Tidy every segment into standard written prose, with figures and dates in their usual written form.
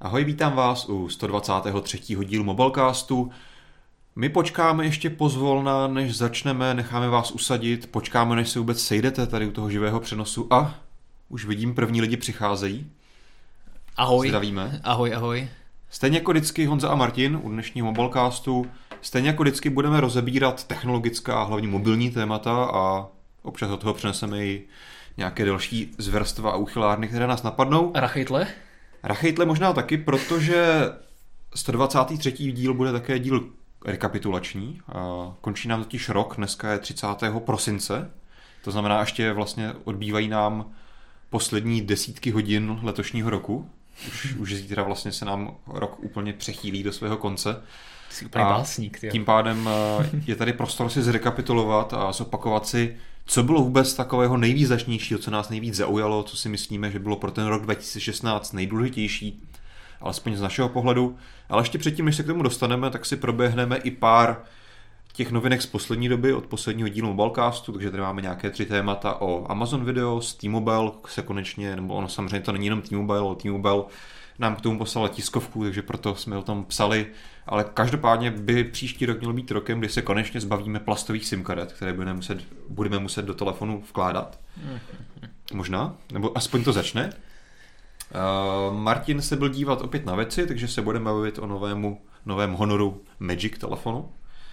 Ahoj, vítám vás u 123. dílu Mobilecastu. My počkáme ještě pozvolna, než začneme, necháme vás usadit, počkáme, než se vůbec sejdete tady u toho živého přenosu a už vidím, první lidi přicházejí. Ahoj. Zdravíme. Ahoj. Stejně jako vždycky Honza a Martin u dnešního Mobilecastu, stejně jako vždycky budeme rozebírat technologická a hlavně mobilní témata a občas od toho přeneseme i nějaké další zverstva a uchylárny, které nás napadnou. Rachejtle možná taky, protože 123. díl bude také díl rekapitulační. Končí nám totiž rok, dneska je 30. prosince, to znamená, ještě vlastně odbývají nám poslední desítky hodin letošního roku. Už zítra vlastně se nám rok úplně přechýlí do svého konce. Jsi úplně básník, tyjo. Tím pádem je tady prostor si zrekapitulovat a zopakovat si, co bylo vůbec takového nejvýznačnějšího, co nás nejvíc zaujalo, co si myslíme, že bylo pro ten rok 2016 nejdůležitější, alespoň z našeho pohledu. Ale ještě předtím, než se k tomu dostaneme, tak si proběhneme i pár těch novinek z poslední doby, od posledního dílu Mobilecastu, takže tady máme nějaké 3 témata o Amazon Videos, T-Mobile se konečně, nebo ono samozřejmě to není jenom T-Mobile, ale T-Mobile nám k tomu poslala tiskovku, takže proto jsme o tom psali, ale každopádně by příští rok měl být rokem, kdy se konečně zbavíme plastových SIM karet, které budeme muset do telefonu vkládat. Možná, nebo aspoň to začne. Martin se byl dívat opět na věci, takže se budeme bavit o novém Honoru Magic telefonu.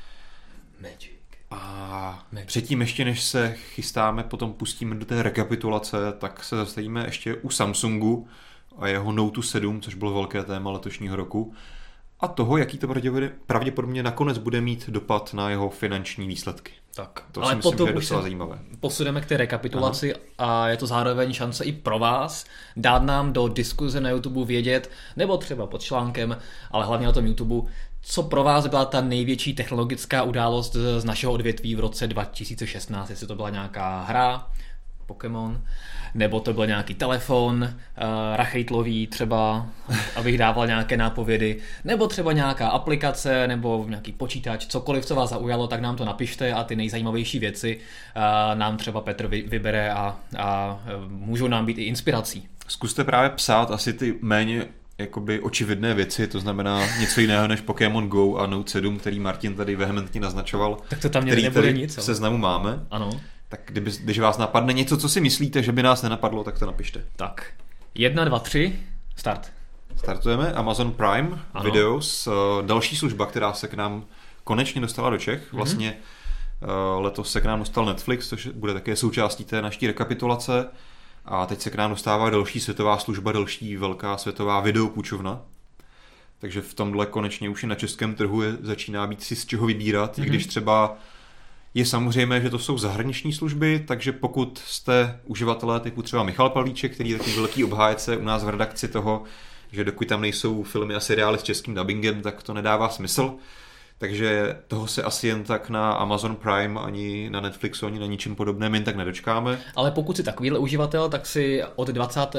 A předtím ještě, než se chystáme, potom pustíme do té rekapitulace, tak se zastavíme ještě u Samsungu a jeho Note 7, což bylo velké téma letošního roku, a toho, jaký to pravděpodobně nakonec bude mít dopad na jeho finanční výsledky. Tak, to ale si myslím, že je docela zajímavé. Posuneme k té rekapitulaci. Aha. A je to zároveň šance i pro vás dát nám do diskuze na YouTube vědět, nebo třeba pod článkem, ale hlavně na tom YouTube, co pro vás byla ta největší technologická událost z našeho odvětví v roce 2016, jestli to byla nějaká hra, Pokémon, nebo to byl nějaký telefon, rachejtlový třeba, abych dával nějaké nápovědy, nebo třeba nějaká aplikace, nebo nějaký počítač, cokoliv, co vás zaujalo, tak nám to napište a ty nejzajímavější věci nám třeba Petr vybere a můžou nám být i inspirací. Zkuste právě psát asi ty méně jakoby očividné věci, to znamená něco jiného než Pokémon Go a Note 7, který Martin tady vehementně naznačoval. Tak to tam nebude nic. V seznamu máme. Ano. Tak když vás napadne něco, co si myslíte, že by nás nenapadlo, tak to napište. Tak, 1, 2, 3, start. Startujeme. Amazon Prime Videos, další služba, která se k nám konečně dostala do Čech. Vlastně letos se k nám dostal Netflix, což bude také součástí té naší rekapitulace. A teď se k nám dostává další světová služba, další velká světová videopůjčovna. Takže v tomhle konečně už i na českém trhu začíná být si z čeho vybírat, i když třeba je samozřejmé, že to jsou zahraniční služby, takže pokud jste uživatelé typu třeba Michal Pavlíček, který je takový velký obhájce u nás v redakci toho, že dokud tam nejsou filmy a seriály s českým dubbingem, tak to nedává smysl. Takže toho se asi jen tak na Amazon Prime ani na Netflixu ani na ničem podobném jen tak nedočkáme. Ale pokud jsi takovýhle uživatel, tak si od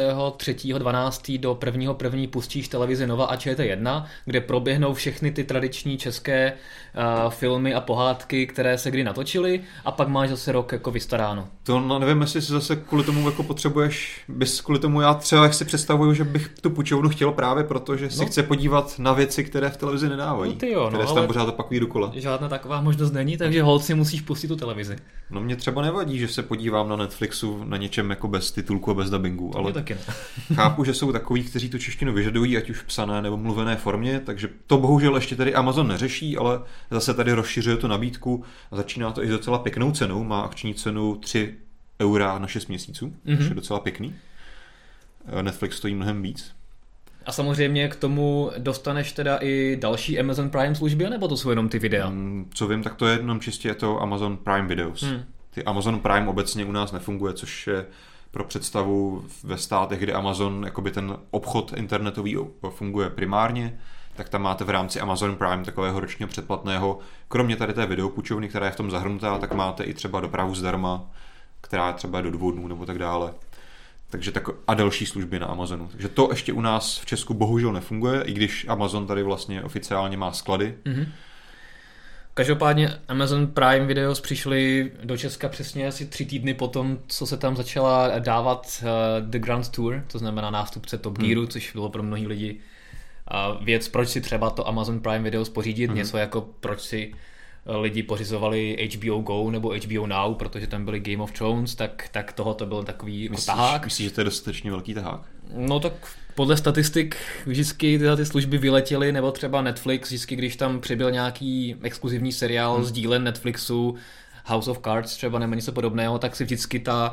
23.12. do 1.1. pustíš televizi Nova a ČT1, kde proběhnou všechny ty tradiční české filmy a pohádky, které se kdy natočily, a pak máš zase rok jako vystaráno. To nevím, jestli si zase kvůli tomu jako potřebuješ, kvůli tomu já třeba si představuju, že bych tu půjčovnu chtěl právě proto, že si chce podívat na věci, které v televizi nedávají. Které se tam pořád opakují dokola. Žádná taková možnost není, takže holt si musíš pustit tu televizi. No mě třeba nevadí, že se podívám na Netflixu na něčem jako bez titulku a bez dubbingu, ale taky ne. Chápu, že jsou takoví, kteří tu češtinu vyžadují, ať už v psané nebo mluvené formě, takže to bohužel ještě tady Amazon neřeší, ale zase tady rozšiřuje tu nabídku a začíná to i docela pěknou cenou, má akční cenu 3 € na 6 měsíců, což je docela pěkný. Netflix stojí mnohem víc. A samozřejmě k tomu dostaneš teda i další Amazon Prime služby, nebo to jsou jenom ty videa? Co vím, tak to je jenom čistě to Amazon Prime Videos. Ty Amazon Prime obecně u nás nefunguje, což je pro představu ve státech, kde Amazon, jakoby ten obchod internetový funguje primárně, tak tam máte v rámci Amazon Prime takového ročního předplatného, kromě tady té videopůjčovny, která je v tom zahrnutá, tak máte i třeba dopravu zdarma, která je třeba do 2 dnů nebo tak dále. Takže a další služby na Amazonu. Takže to ještě u nás v Česku bohužel nefunguje, i když Amazon tady vlastně oficiálně má sklady. Každopádně Amazon Prime Videos přišly do Česka přesně asi 3 týdny potom, co se tam začala dávat The Grand Tour, to znamená nástupce Top Gearu, což bylo pro mnohý lidi věc, proč si třeba to Amazon Prime Video pořídit, něco jako proč si lidi pořizovali HBO Go nebo HBO Now, protože tam byly Game of Thrones, tak tohoto byl takový jako tahák. Myslíš, že to je dostatečně velký tahák? No tak podle statistik vždycky tyhle ty služby vyletěly, nebo třeba Netflix, vždycky když tam přibyl nějaký exkluzivní seriál z dílen Netflixu, House of Cards třeba nebo něco podobného, tak si vždycky ta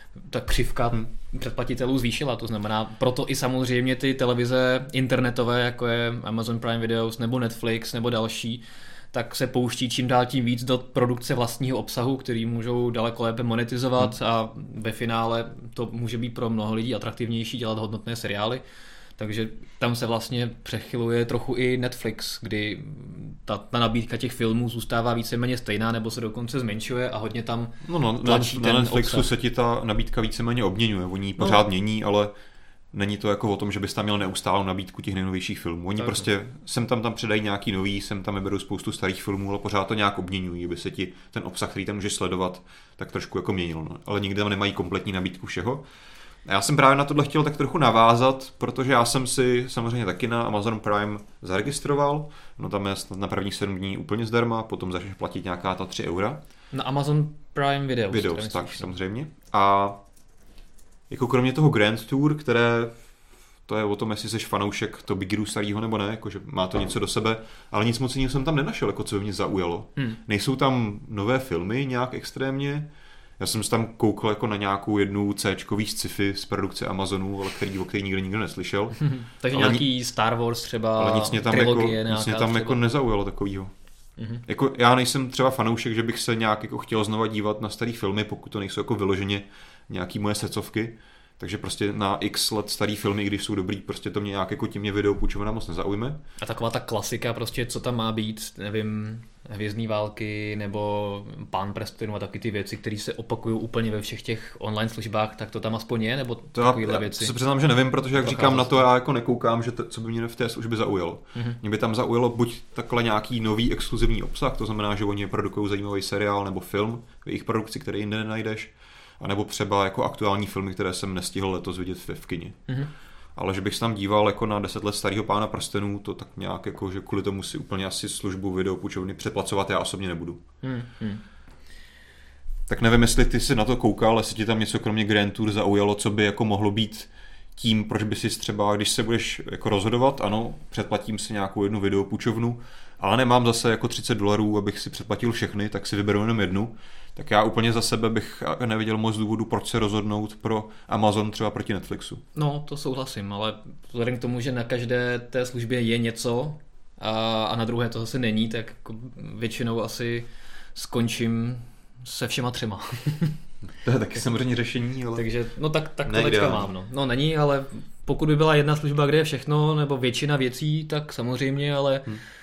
křivka předplatitelů zvýšila. To znamená, proto i samozřejmě ty televize internetové, jako je Amazon Prime Videos nebo Netflix nebo další, tak se pouští čím dál tím víc do produkce vlastního obsahu, který můžou daleko lépe monetizovat a ve finále to může být pro mnoho lidí atraktivnější dělat hodnotné seriály. Takže tam se vlastně přechyluje trochu i Netflix, kdy ta nabídka těch filmů zůstává víceméně stejná nebo se dokonce zmenšuje a hodně tam tlačí na Netflixu obsah. Se ti ta nabídka víceméně obměňuje, oni ji pořád mění, ale není to jako o tom, že bys tam měl neustálou nabídku těch nejnovějších filmů. Oni prostě sem tam přidají nějaký nový, sem tam vyberou spoustu starých filmů, ale pořád to nějak obměňují, aby se ti ten obsah, který tam můžeš sledovat, tak trošku jako měnil. No. Ale nikdy tam nemají kompletní nabídku všeho. A já jsem právě na tohle chtěl tak trochu navázat, protože já jsem si samozřejmě taky na Amazon Prime zaregistroval. No tam je na prvních 7 dní úplně zdarma, potom začneš platit nějaká ta 3 €. Na Amazon Prime Videos tak samozřejmě. A jako kromě toho Grand Tour, které to je o tom, jestli jsi fanoušek Toby Giru starýho nebo ne, jakože má to něco do sebe, ale nic moc jiného jsem tam nenašel, jako co by mě zaujalo. Nejsou tam nové filmy nějak extrémně. Já jsem tam koukal jako na nějakou jednu C-čkový sci-fi z produkce Amazonu, ale o který nikdo neslyšel. Takže ale nějaký Star Wars třeba, ale nic mě tam trilogie jako, nic mě tam jako nezaujalo takovýho. Jako já nejsem třeba fanoušek, že bych se nějak jako chtěl znova dívat na starý filmy, pokud to nejsou jako vyloženě nějaký moje srdcovky. Takže prostě na x let starý filmy, když jsou dobrý, prostě to mě nějak jako tím mě video půjčovaná moc nezaujme. A taková ta klasika prostě, co tam má být, nevím, Hvězdný války nebo Pán prstenů a taky ty věci, které se opakují úplně ve všech těch online službách, tak to tam aspoň je, nebo takovýhle věci? Já se přiznám, že nevím, protože jak říkám, na to já jako nekoukám, že co by mě v té službě zaujalo. Mě by tam zaujalo buď takhle nějaký nový exkluzivní obsah, to znamená, že oni produkují zajímavý seriál nebo film v jejich produkci, který jinde nenajdeš, anebo třeba jako aktuální filmy, které jsem nestihl letos vidět v kině. Ale že bych se tam díval jako na 10 let starého Pána prstenů, to tak nějak jako, že kvůli tomu si úplně asi službu videopůjčovny předplacovat já osobně nebudu. Tak nevím, jestli ty si na to koukal, jestli ti tam něco kromě Grand Tour zaujalo, co by jako mohlo být tím, proč by si třeba, když se budeš jako rozhodovat, ano, předplatím si nějakou jednu videopůjčovnu, ale nemám zase jako $30, abych si předplatil všechny, tak si vyberu jenom jednu. Tak já úplně za sebe bych neviděl moc důvodu, proč se rozhodnout pro Amazon třeba proti Netflixu. No, to souhlasím, ale vzhledem k tomu, že na každé té službě je něco a na druhé to zase není, tak většinou asi skončím se všema 3. To je taky samozřejmě řešení, ale... Takže, no tak to teďka mám, no. No není, ale pokud by byla jedna služba, kde je všechno, nebo většina věcí, tak samozřejmě, ale...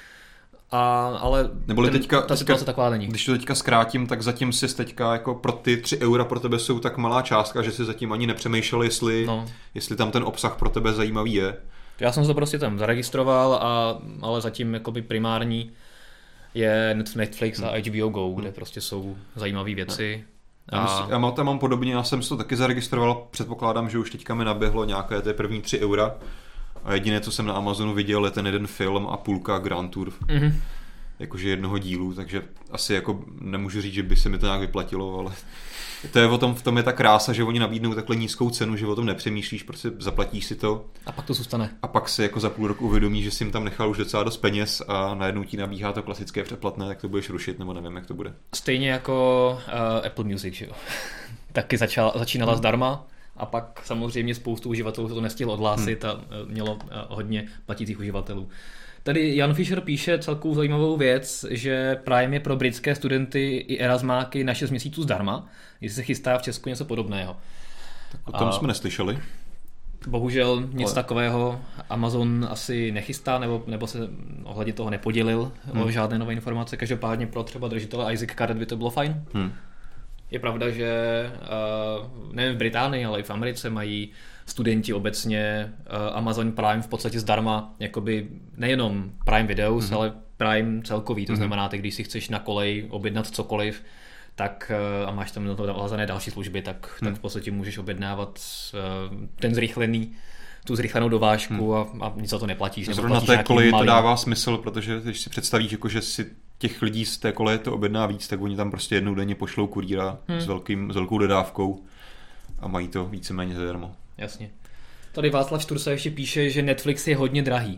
Ale ta situace taková není. Když to teďka zkrátím, tak zatím si teďka jako pro ty 3 € pro tebe jsou tak malá částka, že si zatím ani nepřemýšlel, jestli tam ten obsah pro tebe zajímavý je. Já jsem se to prostě tam zaregistroval, ale zatím jakoby primární je Netflix a HBO Go, kde prostě jsou zajímavé věci. Já tam mám podobně, já jsem se to taky zaregistroval, předpokládám, že už teďka mi naběhlo nějaké ty první 3 €. A jediné, co jsem na Amazonu viděl, je ten jeden film a půlka Grand Tour. Jakože jednoho dílu, takže asi jako nemůžu říct, že by se mi to nějak vyplatilo, ale to je v tom je ta krása, že oni nabídnou takhle nízkou cenu, že o tom nepřemýšlíš, prostě zaplatíš si to. A pak to zůstane. A pak si jako za půl roku uvědomíš, že jsi jim tam nechal už docela dost peněz a najednou ti nabíhá to klasické předplatné, tak to budeš rušit, nebo nevím, jak to bude. Stejně jako Apple Music, že jo. Taky začínala zdarma. A pak samozřejmě spoustu uživatelů se to nestihlo odhlásit a mělo hodně platících uživatelů. Tady Jan Fischer píše celkou zajímavou věc, že Prime je pro britské studenty i Erasmáky na 6 měsíců zdarma, jestli se chystá v Česku něco podobného. Tak o tom jsme neslyšeli. Bohužel nic takového Amazon asi nechystá, nebo se ohledně toho nepodělil o žádné nové informace. Každopádně pro třeba držitele Isaac Card by to bylo fajn. Je pravda, že nevím v Británii, ale i v Americe mají studenti obecně Amazon Prime v podstatě zdarma, jakoby nejenom Prime Videos, ale Prime celkový, to znamená, když si chceš na kolej objednat cokoliv, tak a máš tam nalazené další služby, tak v podstatě můžeš objednávat ten zrychlený tu zrychlenou dovážku a nic za to neplatíš. Zrovna na té koleji to dává smysl, protože když si představíš, jako, že si těch lidí z té koleje to objedná víc, tak oni tam prostě jednou denně pošlou kurýra s velkou dodávkou a mají to víceméně zadarmo. Jasně. Tady Václav Štursa ještě píše, že Netflix je hodně drahý.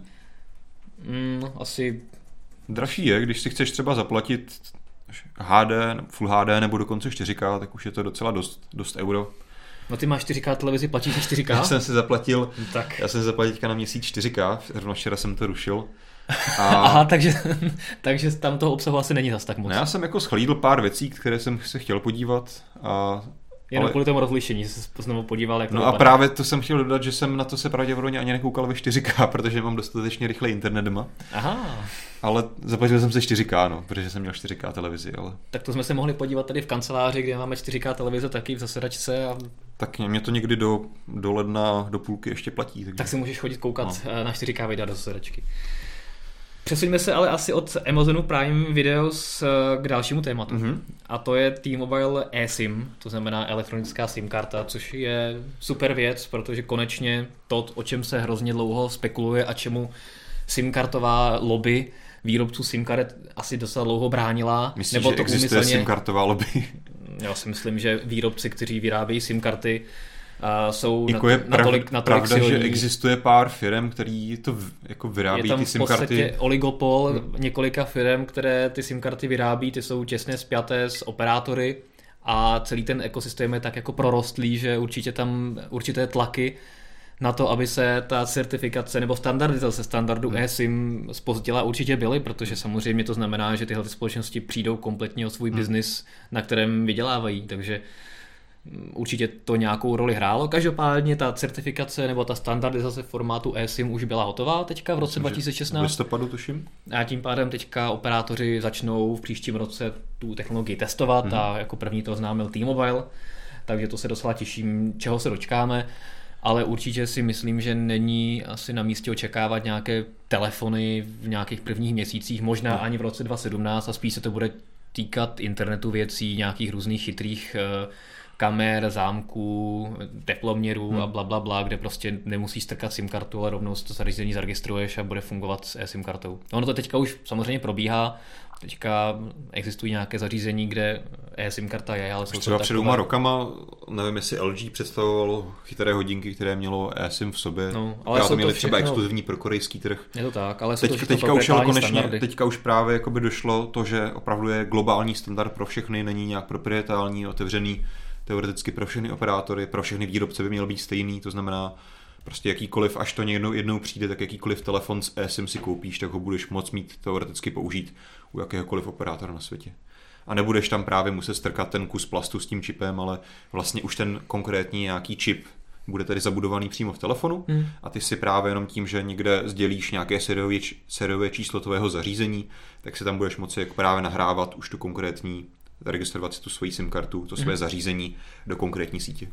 Asi... Dražší je, když si chceš třeba zaplatit HD, Full HD nebo dokonce 4K, tak už je to docela dost euro. No ty máš 4K televizi, platíš 4K? Já jsem si zaplatil teďka na měsíc 4K, rovno včera jsem to rušil. Aha, takže tam toho obsahu asi není zas tak moc. No, já jsem jako schlídl pár věcí, které jsem se chtěl podívat Jenom kvůli tomu rozlišení, že se znovu podíval, jak to dopadne. A právě to jsem chtěl dodat, že jsem na to se pravděpodobně ani nekoukal ve 4K, protože mám dostatečně rychlý internet doma. Aha. Ale zaplatil jsem se 4K, protože jsem měl 4K televizi. Ale... Tak to jsme se mohli podívat tady v kanceláři, kde máme 4K televize taky v zasedačce. Tak mě to někdy do ledna, do půlky ještě platí. Takže... Tak si můžeš chodit koukat na 4K videa do zasedačky. Přesuňme se ale asi od Amazonu Prime Videos k dalšímu tématu. A to je T-Mobile eSIM, to znamená elektronická SIM karta, což je super věc, protože konečně to, o čem se hrozně dlouho spekuluje a čemu SIM kartová lobby výrobců SIM karet asi docela dlouho bránila. Myslíš, nebo že to existuje SIM kartová lobby? Já si myslím, že výrobci, kteří vyrábějí SIM karty, jsou jako natolik pravda, silní. Že existuje pár firm, který to jako vyrábí ty SIM karty. Je tam v podstatě oligopol několika firm, které ty SIM karty vyrábí, ty jsou těsně spjaté s operátory a celý ten ekosystém je tak jako prorostlý, že určitě tam určité tlaky na to, aby se ta certifikace nebo standardizace standardu eSIM zpozdila, určitě byly, protože samozřejmě to znamená, že tyhle společnosti přijdou kompletně o svůj biznis, na kterém vydělávají, takže určitě to nějakou roli hrálo. Každopádně ta certifikace nebo ta standardizace formátu eSIM už byla hotová teďka v roce 2016. V listopadu tuším. A tím pádem teďka operátoři začnou v příštím roce tu technologii testovat a jako první to oznámil T-Mobile, takže to se docela těším, čeho se dočkáme. Ale určitě si myslím, že není asi na místě očekávat nějaké telefony v nějakých prvních měsících, možná ani v roce 2017 a spíš se to bude týkat internetu věcí, nějakých různých chytrých kamer, zámků, teploměrů a blablabla, kde prostě nemusíš strkat SIM kartu, ale rovnou to zařízení zaregistruješ a bude fungovat s eSIM kartou. Ono to teďka už samozřejmě probíhá, teďka existují nějaké zařízení, kde eSIM karta je, ale jsou třeba před 2 rokama, nevím, jestli LG představovalo chytré hodinky, které mělo eSIM v sobě. No, ale to měli třeba exkluzivní pro korejský trh. Je to tak, ale teďka už právě jakoby došlo to, že opravdu je globální standard pro všechny, není nějak proprietální, otevřený teoreticky pro všechny operátory, pro všechny výrobce by měl být stejný, to znamená prostě jakýkoliv, až to jednou přijde, tak jakýkoliv telefon s eSIM si koupíš, tak ho budeš moct mít teoreticky použít u jakéhokoliv operátora na světě. A nebudeš tam právě muset strkat ten kus plastu s tím čipem, ale vlastně už ten konkrétní nějaký čip bude tedy zabudovaný přímo v telefonu a ty si právě jenom tím, že někde sdělíš nějaké sériové číslo tvého zařízení, tak si tam budeš moci jako právě nahrávat už tu konkrétní, registrovat si tu svoji SIM kartu, to své zařízení do konkrétní sítě.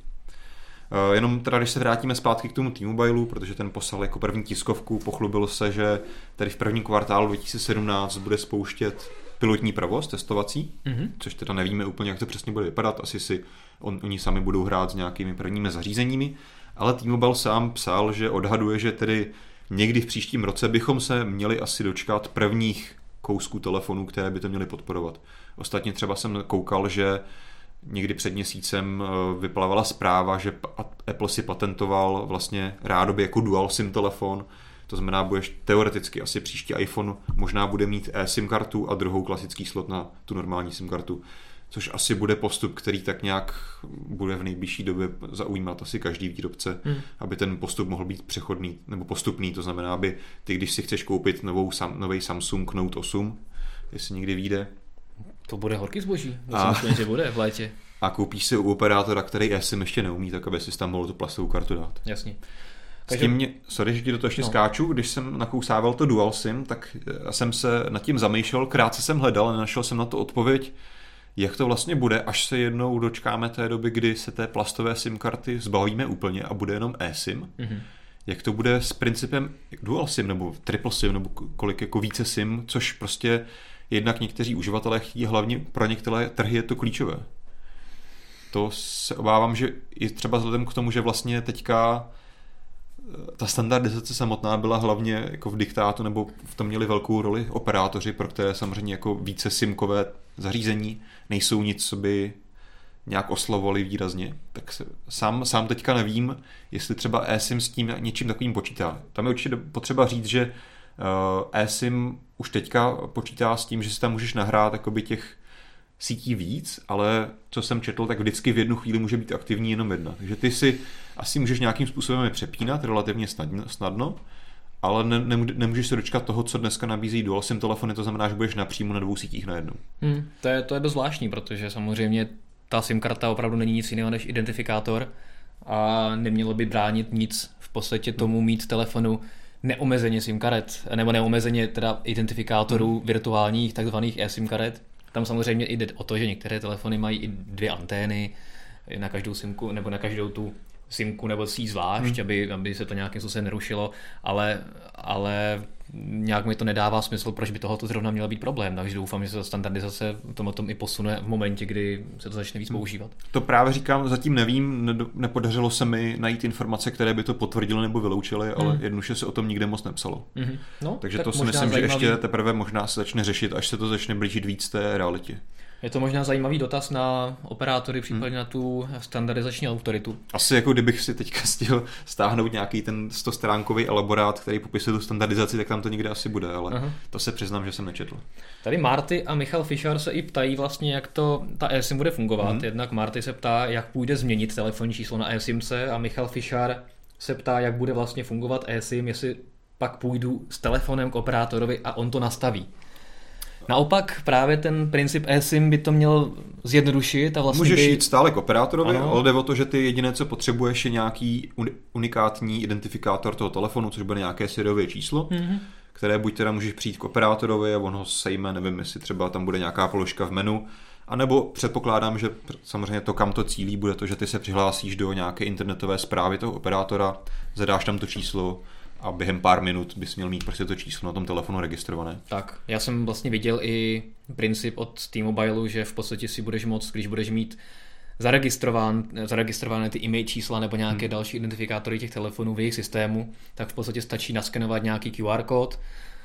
Jenom teda, když se vrátíme zpátky k tomu T-Mobileu, protože ten poslal jako první tiskovku, pochlubil se, že tady v prvním kvartálu 2017 bude spouštět pilotní provoz testovací, což teda nevíme úplně, jak to přesně bude vypadat, asi si oni sami budou hrát s nějakými prvními zařízeními, ale T-Mobile sám psal, že odhaduje, že tedy někdy v příštím roce bychom se měli asi dočkat prvních kousků telefonů, které by to měly podporovat. Ostatně třeba jsem koukal, že někdy před měsícem vyplavala zpráva, že Apple si patentoval vlastně rádoby jako dual SIM telefon. To znamená, budeš teoreticky asi příští iPhone možná bude mít eSIM kartu a druhou klasický slot na tu normální SIM kartu. Což asi bude postup, který tak nějak bude v nejbližší době zaujímat asi každý výrobce, aby ten postup mohl být přechodný nebo postupný. To znamená, aby ty, když si chceš koupit nový Samsung Note 8, jestli někdy vyjde. To bude horký zboží, myslím, že bude v létě. A koupíš si u operátora, který eSIM ještě neumí, tak aby si tam mohl tu plastovou kartu dát. Jasně. S tím sorry, že ti do toho ještě skáču, když jsem nakousával to dual SIM, tak jsem se nad tím zamýšlel, krátce jsem hledal a nenašel jsem na to odpověď, jak to vlastně bude, až se jednou dočkáme té doby, kdy se té plastové SIM karty zbavíme úplně a bude jenom eSIM. Jak to bude s principem dual SIM nebo triple SIM nebo kolik jako více SIM, což prostě jednak někteří uživatelé chtějí, hlavně pro některé trhy je to klíčové. To se obávám, že i třeba vzhledem k tomu, že vlastně teďka ta standardizace samotná byla hlavně jako v diktátu, nebo v tom měli velkou roli operátoři, pro které samozřejmě jako více simkové zařízení nejsou nic, co by nějak oslovovali výrazně. Tak sám teďka nevím, jestli třeba eSIM s tím něčím takovým počítá. Tam je určitě potřeba říct, že eSIM už teďka počítá s tím, že si tam můžeš nahrát jakoby těch sítí víc, ale co jsem četl, tak vždycky v jednu chvíli může být aktivní jenom jedna. Takže ty si asi můžeš nějakým způsobem je přepínat relativně snadno, ale nemůžeš se dočkat toho, co dneska nabízí dual SIM telefony, to znamená, že budeš napřímo na 2 sítích najednou. To je dost zvláštní, protože samozřejmě ta SIM karta opravdu není nic jiného než identifikátor a nemělo by bránit nic v podstatě tomu mít telefonu neomezeně SIM karet, nebo neomezeně teda identifikátorů virtuálních takzvaných eSIM karet. Tam samozřejmě jde o to, že některé telefony mají i 2 antény na každou simku, nebo na každou tu simku nebo síť zvlášť, aby se to nějakým způsobem nerušilo, ale nějak mi to nedává smysl, proč by tohoto zrovna měl být problém, takže doufám, že se ta standardizace o tom i posune v momentě, kdy se to začne víc používat. To právě říkám, zatím nevím, nepodařilo se mi najít informace, které by to potvrdily nebo vyloučily, ale jednoduše se o tom nikde moc nepsalo. No, takže to si myslím, že ještě teprve možná se začne řešit, až se to začne blížit víc té realitě. Je to možná zajímavý dotaz na operátory, případně na tu standardizační autoritu. Asi jako kdybych si teďka chtěl stáhnout nějaký ten 100stránkový elaborát, který popisuje tu standardizaci, tak tam to někde asi bude, ale to se přiznám, že jsem nečetl. Tady Marty a Michal Fischer se i ptají vlastně, jak ta eSIM bude fungovat. Jednak Marty se ptá, jak půjde změnit telefonní číslo na eSIMce a Michal Fischer se ptá, jak bude vlastně fungovat eSIM, jestli pak půjdu s telefonem k operátorovi a on to nastaví. Naopak právě ten princip eSIM by to měl zjednodušit a vlastně můžeš jít stále k operátorovi, ale jde o to, že ty jediné, co potřebuješ, je nějaký unikátní identifikátor toho telefonu, což bude nějaké sériové číslo, které buď teda můžeš přijít k operátorovi a on ho sejme, nevím, jestli třeba tam bude nějaká položka v menu, anebo předpokládám, že samozřejmě to, kam to cílí, bude to, že ty se přihlásíš do nějaké internetové zprávy toho operátora, zadáš tam to číslo a během pár minut bys měl mít prostě to číslo na tom telefonu registrované. Tak, já jsem vlastně viděl i princip od T-Mobileu, že v podstatě si budeš moct, když budeš mít zaregistrované ty e-mail čísla nebo nějaké další identifikátory těch telefonů v jejich systému, tak v podstatě stačí naskenovat nějaký QR kód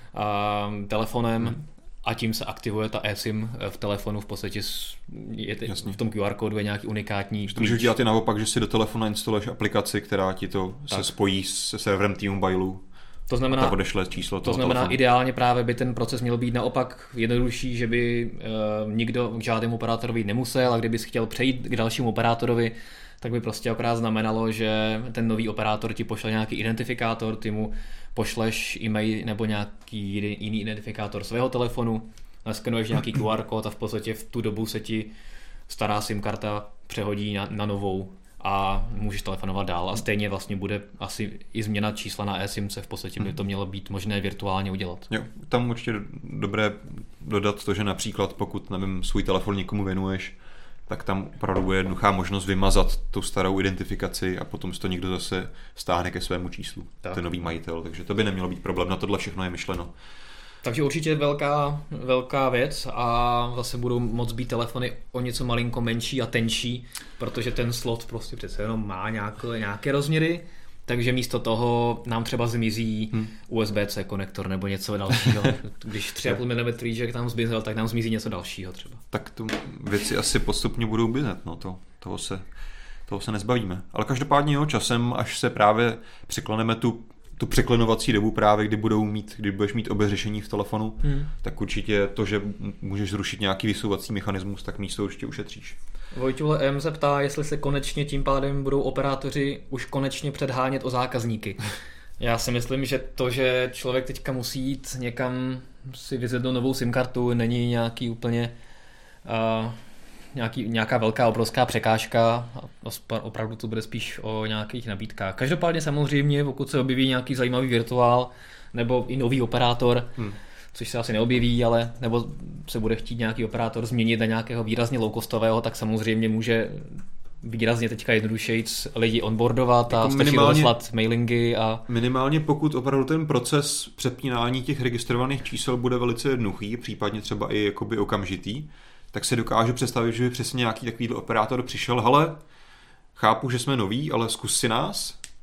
telefonem a tím se aktivuje ta eSIM v telefonu, v podstatě v tom QR kódu je nějaký unikátní. To můžeš dělat i naopak, že si do telefonu instaluješ aplikaci, která ti to se spojí se serverem T-Mobileu. To znamená, odešle číslo toho telefonu. Ideálně právě by ten proces měl být naopak jednodušší, že by nikdo k žádnému operátorovi nemusel, a kdybys chtěl přejít k dalšímu operátorovi, tak by prostě akorát znamenalo, že ten nový operátor ti pošle nějaký identifikátor, ty mu pošleš e-mail nebo nějaký jiný identifikátor svého telefonu, naskenuješ nějaký QR kód a v podstatě v tu dobu se ti stará SIM karta přehodí na novou a můžeš telefonovat dál a stejně vlastně bude asi i změna čísla na eSIMce, v podstatě by to mělo být možné virtuálně udělat. Jo, tam určitě dobré dodat to, že například pokud, nevím, svůj telefon někomu věnuješ, tak tam opravdu bude jednoduchá možnost vymazat tu starou identifikaci a potom si to někdo zase stáhne ke svému číslu, ten nový majitel, takže to by nemělo být problém, na tohle všechno je myšleno. Takže určitě velká věc a zase budou moct být telefony o něco malinko menší a tenčí, protože ten slot prostě přece jenom má nějaké rozměry, takže místo toho nám třeba zmizí USB-C konektor nebo něco dalšího. Když 3,5 mm jack tam zmizel, tak nám zmizí něco dalšího třeba. Tak tu věci asi postupně budou bizet, no toho se nezbavíme. Ale každopádně časem, až se právě překleneme tu překlenovací dobu právě, kdy budeš mít obě řešení v telefonu, tak určitě to, že můžeš zrušit nějaký vysouvací mechanismus, tak místo určitě ušetříš. Vojtěle M se ptá, jestli se konečně tím pádem budou operátoři už konečně předhánět o zákazníky. Já si myslím, že to, že člověk teďka musí jít někam si vyzvednout novou SIM kartu, není nějaký úplně nějaká velká obrovská překážka, opravdu to bude spíš o nějakých nabídkách. Každopádně samozřejmě, pokud se objeví nějaký zajímavý virtuál nebo i nový operátor, což se asi neobjeví, ale nebo se bude chtít nějaký operátor změnit na nějakého výrazně low-costového, tak samozřejmě může výrazně teďka jednodušejc lidi onboardovat a stačí rozeslat mailingy a... Minimálně pokud opravdu ten proces přepínání těch registrovaných čísel bude velice jednoduchý, případně třeba i jakoby okamžitý, tak si dokážu představit, že by přesně nějaký takový operátor přišel, hele, chápu, že jsme noví, ale zkus si nás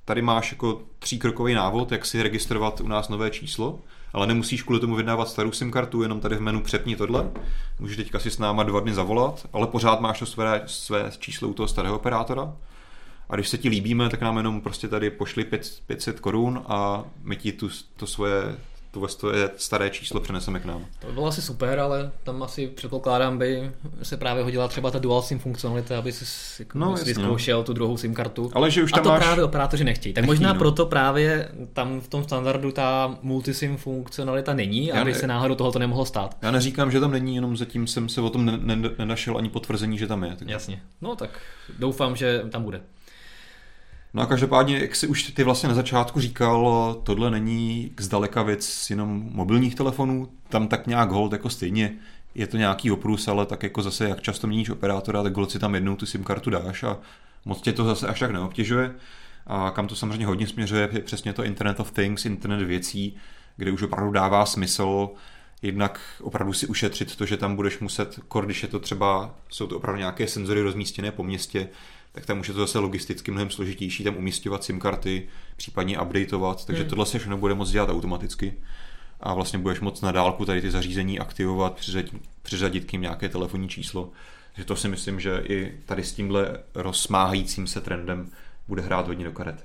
tady máš jako 3krokový návod, jak si registrovat u nás nové číslo, ale nemusíš kvůli tomu vydávat starou SIM kartu, jenom tady v menu přepni tohle. Můžeš teďka si s náma 2 dny zavolat, ale pořád máš to své číslo u toho starého operátora. A když se ti líbíme, tak nám jenom prostě tady pošli 500 korun a my ti to svoje staré číslo přeneseme k nám. To by bylo asi super, ale tam asi předpokládám, by se právě hodila třeba ta dual SIM funkcionalita, aby si vyzkoušel tu druhou SIM kartu. Ale že už tam a to máš... právě operátoři nechtějí. Tak možná proto právě tam v tom standardu ta multisim funkcionalita není, aby se náhodou tohoto nemohlo stát. Já neříkám, že tam není, jenom zatím jsem se o tom nenašel ani potvrzení, že tam je. Tak... Jasně. No tak doufám, že tam bude. No a každopádně, jak jsi už ty vlastně na začátku říkal, tohle není zdaleka věc jenom mobilních telefonů, tam tak nějak hold jako stejně je to nějaký oprus, ale tak jako zase jak často měníš operátora, tak hold si tam jednou tu SIM kartu dáš a moc tě to zase až tak neobtěžuje. A kam to samozřejmě hodně směřuje, je přesně to Internet of Things, internet věcí, kde už opravdu dává smysl jednak opravdu si ušetřit to, že tam budeš muset, když je to třeba, jsou to opravdu nějaké senzory rozmístěné po městě, tak tam už je to zase logisticky mnohem složitější, tam umísťovat SIM karty, případně updateovat, takže tohle se všechno bude moct dělat automaticky a vlastně budeš moct na dálku tady ty zařízení aktivovat, přiřadit k ním nějaké telefonní číslo. Takže to si myslím, že i tady s tímhle rozmáhajícím se trendem bude hrát hodně do karet.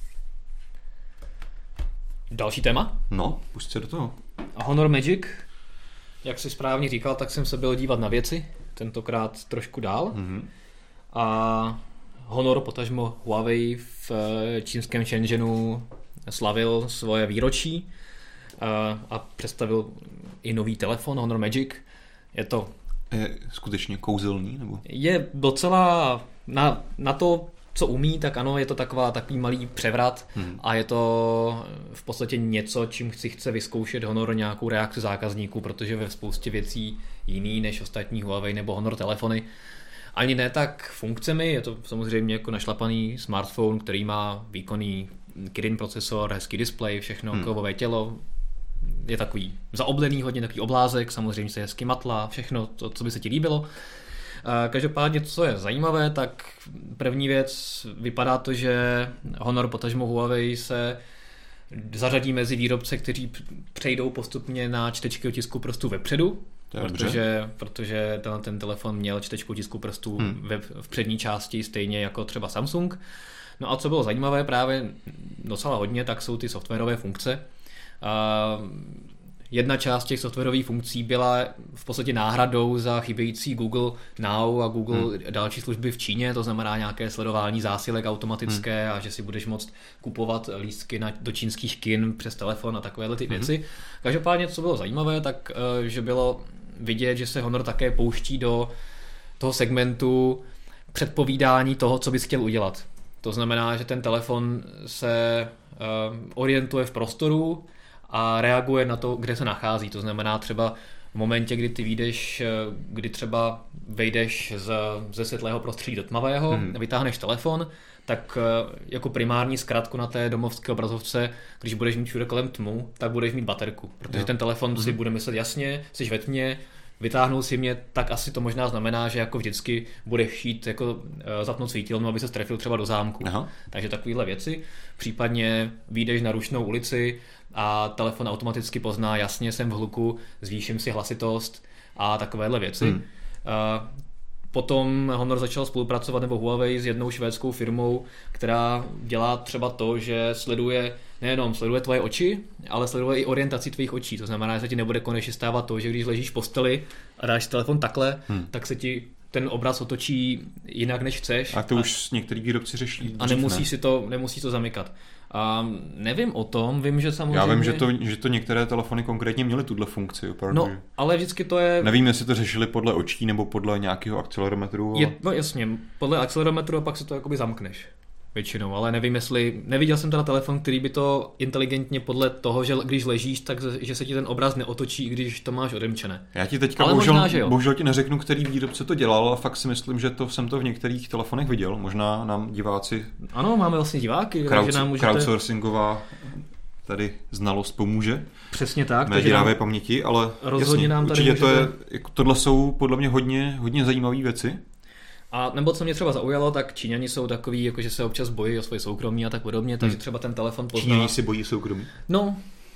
Další téma? No, pusť se do toho. Honor Magic, jak jsi správně říkal, tak jsem se byl dívat na věci, tentokrát trošku dál. A Honor, potažmo Huawei v čínském Shenzhenu slavil svoje výročí a představil i nový telefon Honor Magic. Je skutečně kouzelný? Nebo? Je docela na to, co umí, tak ano, je to takový malý převrat a je to v podstatě něco, čím si chce vyzkoušet Honor nějakou reakci zákazníků, protože ve spoustě věcí jiný než ostatní Huawei nebo Honor telefony. Ani ne tak funkcemi, je to samozřejmě jako našlapaný smartphone, který má výkonný Kirin procesor, hezký displej, všechno kovové tělo, je takový zaoblený, hodně takový oblázek, samozřejmě se hezky matla, všechno to, co by se ti líbilo. Každopádně, co je zajímavé, tak první věc, vypadá to, že Honor potažmo Huawei se zařadí mezi výrobce, kteří přejdou postupně na čtečky otisku prstů vepředu, protože ten telefon měl čtečku otisku prstů v přední části stejně jako třeba Samsung. No a co bylo zajímavé právě docela hodně, tak jsou ty softwarové funkce. Jedna část těch softwarových funkcí byla v podstatě náhradou za chybějící Google Now a Google další služby v Číně, to znamená nějaké sledování zásilek automatické a že si budeš moct kupovat lístky do čínských kin přes telefon a takovéhle ty věci. Každopádně, co bylo zajímavé, tak že bylo vidět, že se Honor také pouští do toho segmentu předpovídání toho, co bys chtěl udělat. To znamená, že ten telefon se orientuje v prostoru a reaguje na to, kde se nachází. To znamená třeba v momentě, kdy ty kdy třeba vejdeš ze světlého prostředí do tmavého, vytáhneš telefon, tak jako primární zkratku na té domovské obrazovce, když budeš mít všude kolem tmu, tak budeš mít baterku. Protože ten telefon si bude myslet jasně, jsi ve tmě, vytáhnul si mě, tak asi to možná znamená, že jako vždycky budeš chtít jako zapnout svítilnu, aby se strefil třeba do zámku. Aha. Takže takovéhle věci. Případně vyjdeš na rušnou ulici a telefon automaticky pozná, jasně jsem v hluku, zvýším si hlasitost a takovéhle věci. Potom Honor začal spolupracovat, nebo Huawei, s jednou švédskou firmou, která dělá třeba to, že nejenom sleduje tvoje oči, ale sleduje i orientaci tvých očí. To znamená, že se ti nebude konečně stávat to, že když ležíš v posteli a dáš telefon takhle, tak se ti ten obraz otočí jinak, než chceš. A to už některý výrobci řeší. A nemusí to zamykat. Nevím o tom, vím, že samozřejmě... Já vím, že to některé telefony konkrétně měly tuhle funkci. Opravdu. No, ale vždycky to je... Nevím, jestli to řešili podle očí nebo podle nějakého akcelerometru. Ale... No jasně, podle akcelerometru a pak si to jakoby zamkneš. Většinou, ale nevím, neviděl jsem teda telefon, který by to inteligentně podle toho, že když ležíš, tak že se ti ten obraz neotočí, když to máš odemčené. Já ti teďka bohužel ti neřeknu, který výrobce to dělal, ale fakt si myslím, že jsem to v některých telefonech viděl. Možná nám diváci... Ano, máme vlastně diváky. Crowdsourcingová tady znalost pomůže. Přesně tak. Mé děravé paměti, ale rozhodně jasně, nám tady určitě tohle jsou podle mě hodně zajímavé věci. A nebo co mě třeba zaujalo, tak Číňani jsou takový, jakože se občas bojí o svoje soukromí a tak podobně, takže třeba ten telefon pozná. Číňani si bojí soukromí? No.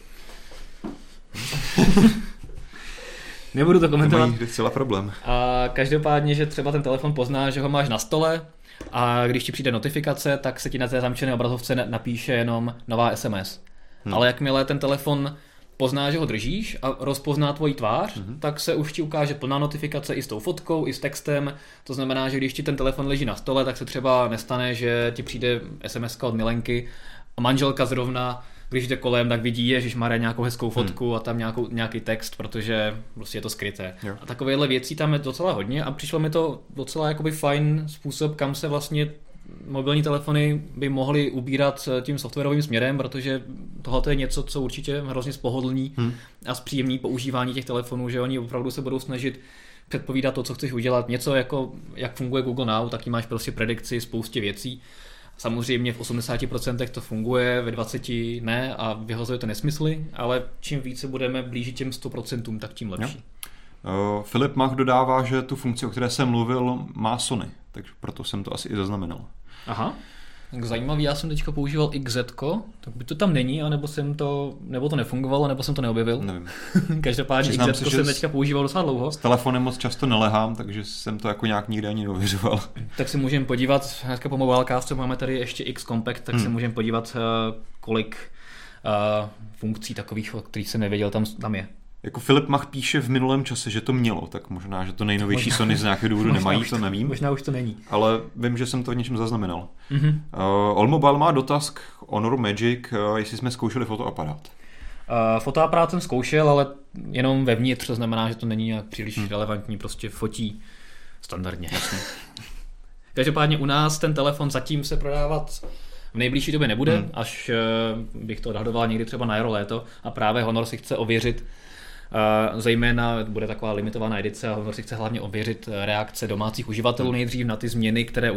Nebudu to komentovat. To mají docela problém. A každopádně, že třeba ten telefon pozná, že ho máš na stole a když ti přijde notifikace, tak se ti na té zamčené obrazovce napíše jenom nová SMS. Ale jakmile ten telefon pozná, že ho držíš a rozpozná tvoji tvář, tak se už ti ukáže plná notifikace i s tou fotkou, i s textem. To znamená, že když ti ten telefon leží na stole, tak se třeba nestane, že ti přijde SMS-ka od milenky a manželka zrovna, když jde kolem, tak vidí, ježišmarja, nějakou hezkou fotku a tam nějaký text, protože prostě je to skryté. Jo. A takovéhle věcí tam je docela hodně a přišlo mi to docela jakoby fajn způsob, kam se vlastně mobilní telefony by mohly ubírat tím softwarovým směrem, protože tohle je něco, co určitě hrozně zpohodlní a zpříjemní používání těch telefonů, že oni opravdu se budou snažit předpovídat to, co chceš udělat. Něco jako, jak funguje Google Now, taky máš prostě predikci spoustě věcí. Samozřejmě v 80% to funguje, ve 20% ne a vyhazuje to nesmysly, ale čím více budeme blížit těm 100%, tak tím lepší. Filip Mach dodává, že tu funkci, o které jsem mluvil, má Sony, takže proto jsem to asi i zaznamenal. Aha. Tak zajímavý, já jsem teďka používal XZ, tak by to tam není, nebo to nefungovalo, nebo jsem to neobjevil. Nevím. Každopádně XZ jsem teďka používal docela dlouho. S telefonem moc často nelehám, takže jsem to jako nějak nikdy ani neověřoval. Tak si můžeme podívat, hnedka po Mobilecastru máme tady ještě X Compact, tak si můžeme podívat, kolik funkcí takových, o kterých jsem nevěděl, tam je. Jako Filip Mach píše v minulém čase, že to mělo, tak možná, že to nejnovější Sony z nějakého důvodu nemají, to nevím. Možná už to není. Ale vím, že jsem to v něčem zaznamenal. Allmobile má dotaz k Honor Magic, jestli jsme zkoušeli fotoaparát. Fotoaparát jsem zkoušel, ale jenom vevnitř, to znamená, že to není nějak příliš relevantní, prostě fotí standardně. Každopádně u nás ten telefon zatím se prodávat v nejbližší době nebude, až bych to odhadoval někdy třeba na jaro léto a právě Honor si chce ověřit, zejména bude taková limitovaná edice a Honor si chce hlavně ověřit reakce domácích uživatelů nejdřív na ty změny, které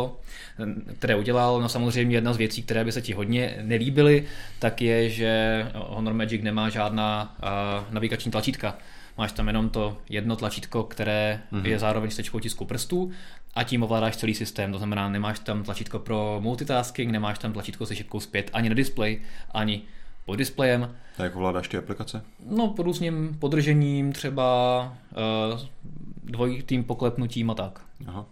udělal. No samozřejmě jedna z věcí, které by se ti hodně nelíbily, tak je, že Honor Magic nemá žádná navigační tlačítka. Máš tam jenom to jedno tlačítko, které je zároveň s tečkou tisku prstů a tím ovládáš celý systém. To znamená, nemáš tam tlačítko pro multitasking, nemáš tam tlačítko se šipkou zpět ani na displeji, ani pod displejem. A jak ovládáš ty aplikace? No, pod různým podržením, třeba dvojitým poklepnutím a tak. Aha.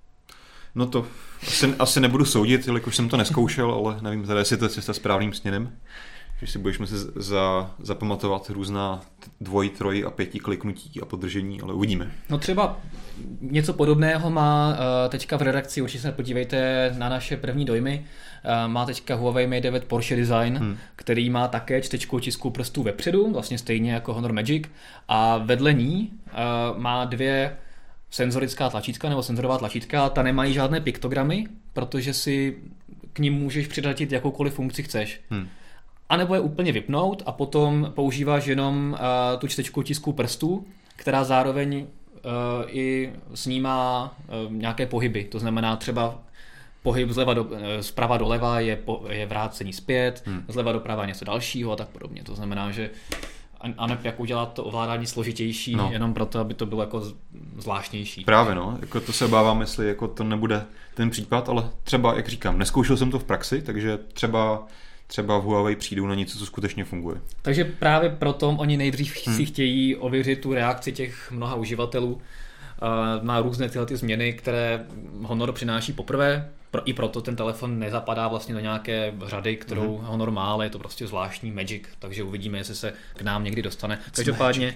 No to asi nebudu soudit, jelikož jsem to neskoušel, ale nevím, teda jestli to je cesta správným směrem. Že si budeš muset zapamatovat různá 2, 3 a 5 kliknutí a podržení, ale uvidíme. No třeba něco podobného má teďka v redakci, určitě se podívejte na naše první dojmy, má teďka Huawei Mate 9 Porsche Design, který má také čtečku tisku prstů vepředu, vlastně stejně jako Honor Magic a vedle ní má 2 senzorická tlačítka nebo senzorová tlačítka, ta nemají žádné piktogramy, protože si k nim můžeš přidatit jakoukoliv funkci chceš. A nebo je úplně vypnout a potom používáš jenom tu čtečku tisku prstů, která zároveň i snímá nějaké pohyby. To znamená třeba pohyb zprava doleva je vrácení zpět, zleva doprava něco dalšího a tak podobně. To znamená, že a jak udělat to ovládání složitější, jenom proto, aby to bylo jako zvláštnější. Právě jako to se obávám, jestli jako to nebude ten případ, ale třeba, jak říkám, neskoušel jsem to v praxi, takže třeba v Huawei přijdou na něco, co skutečně funguje. Takže právě proto oni nejdřív si chtějí ověřit tu reakci těch mnoha uživatelů na různé tyhle ty změny, které Honor přináší poprvé. I proto ten telefon nezapadá vlastně do nějaké řady, kterou Honor má, ale je to prostě zvláštní Magic, takže uvidíme, jestli se k nám někdy dostane. Každopádně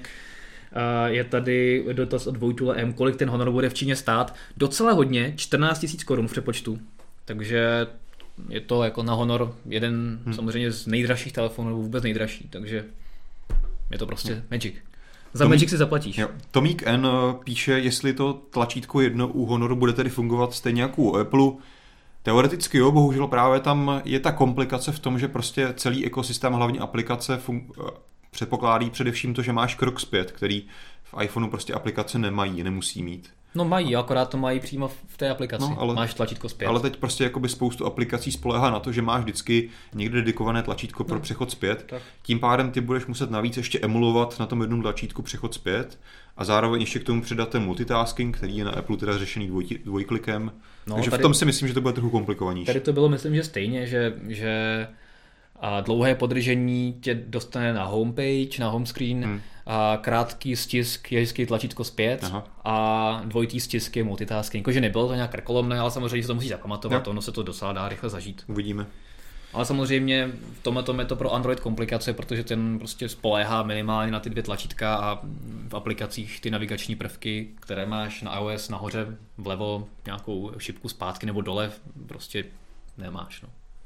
je tady dotaz od Vojtula M, kolik ten Honor bude v Číně stát. Docela hodně, 14 000 korun v přepočtu. Takže je to jako na Honor jeden samozřejmě z nejdražších telefonů, nebo vůbec nejdražší, takže je to prostě Magic. Za Magic si zaplatíš. Jo. Tomík N píše, jestli to tlačítko 1 u Honoru bude tedy fungovat stejně jako u Apple. Teoreticky jo, bohužel právě tam je ta komplikace v tom, že prostě celý ekosystém, hlavně aplikace, předpokládí především to, že máš krok zpět, který v iPhoneu prostě aplikace nemají, nemusí mít. No mají, akorát to mají přímo v té aplikaci. No, ale, máš tlačítko zpět. Ale teď prostě jakoby spoustu aplikací spoléhá na to, že máš vždycky někde dedikované tlačítko pro přechod zpět. Tak. Tím pádem ty budeš muset navíc ještě emulovat na tom jednom tlačítku přechod zpět a zároveň ještě k tomu přidat ten multitasking, který je na Apple teda řešený dvojklikem. No, takže tady, v tom si myslím, že to bude trochu komplikovanější. Tady to bylo, myslím, že stejně, že a dlouhé podržení tě dostane na homepage, na home screen, a krátký stisk je vždycky tlačítko zpět. A dvojitý stisk je multitasking. Jakože nebylo to nějak krkolomné, ale samozřejmě se to musí zapamatovat, ono se to docela dá rychle zažít. Uvidíme. Ale samozřejmě v tomhle je to pro Android komplikace, protože ten prostě spoléhá minimálně na ty 2 tlačítka a v aplikacích ty navigační prvky, které máš na iOS nahoře, vlevo, nějakou šipku zpátky nebo dole, prostě nemáš. No.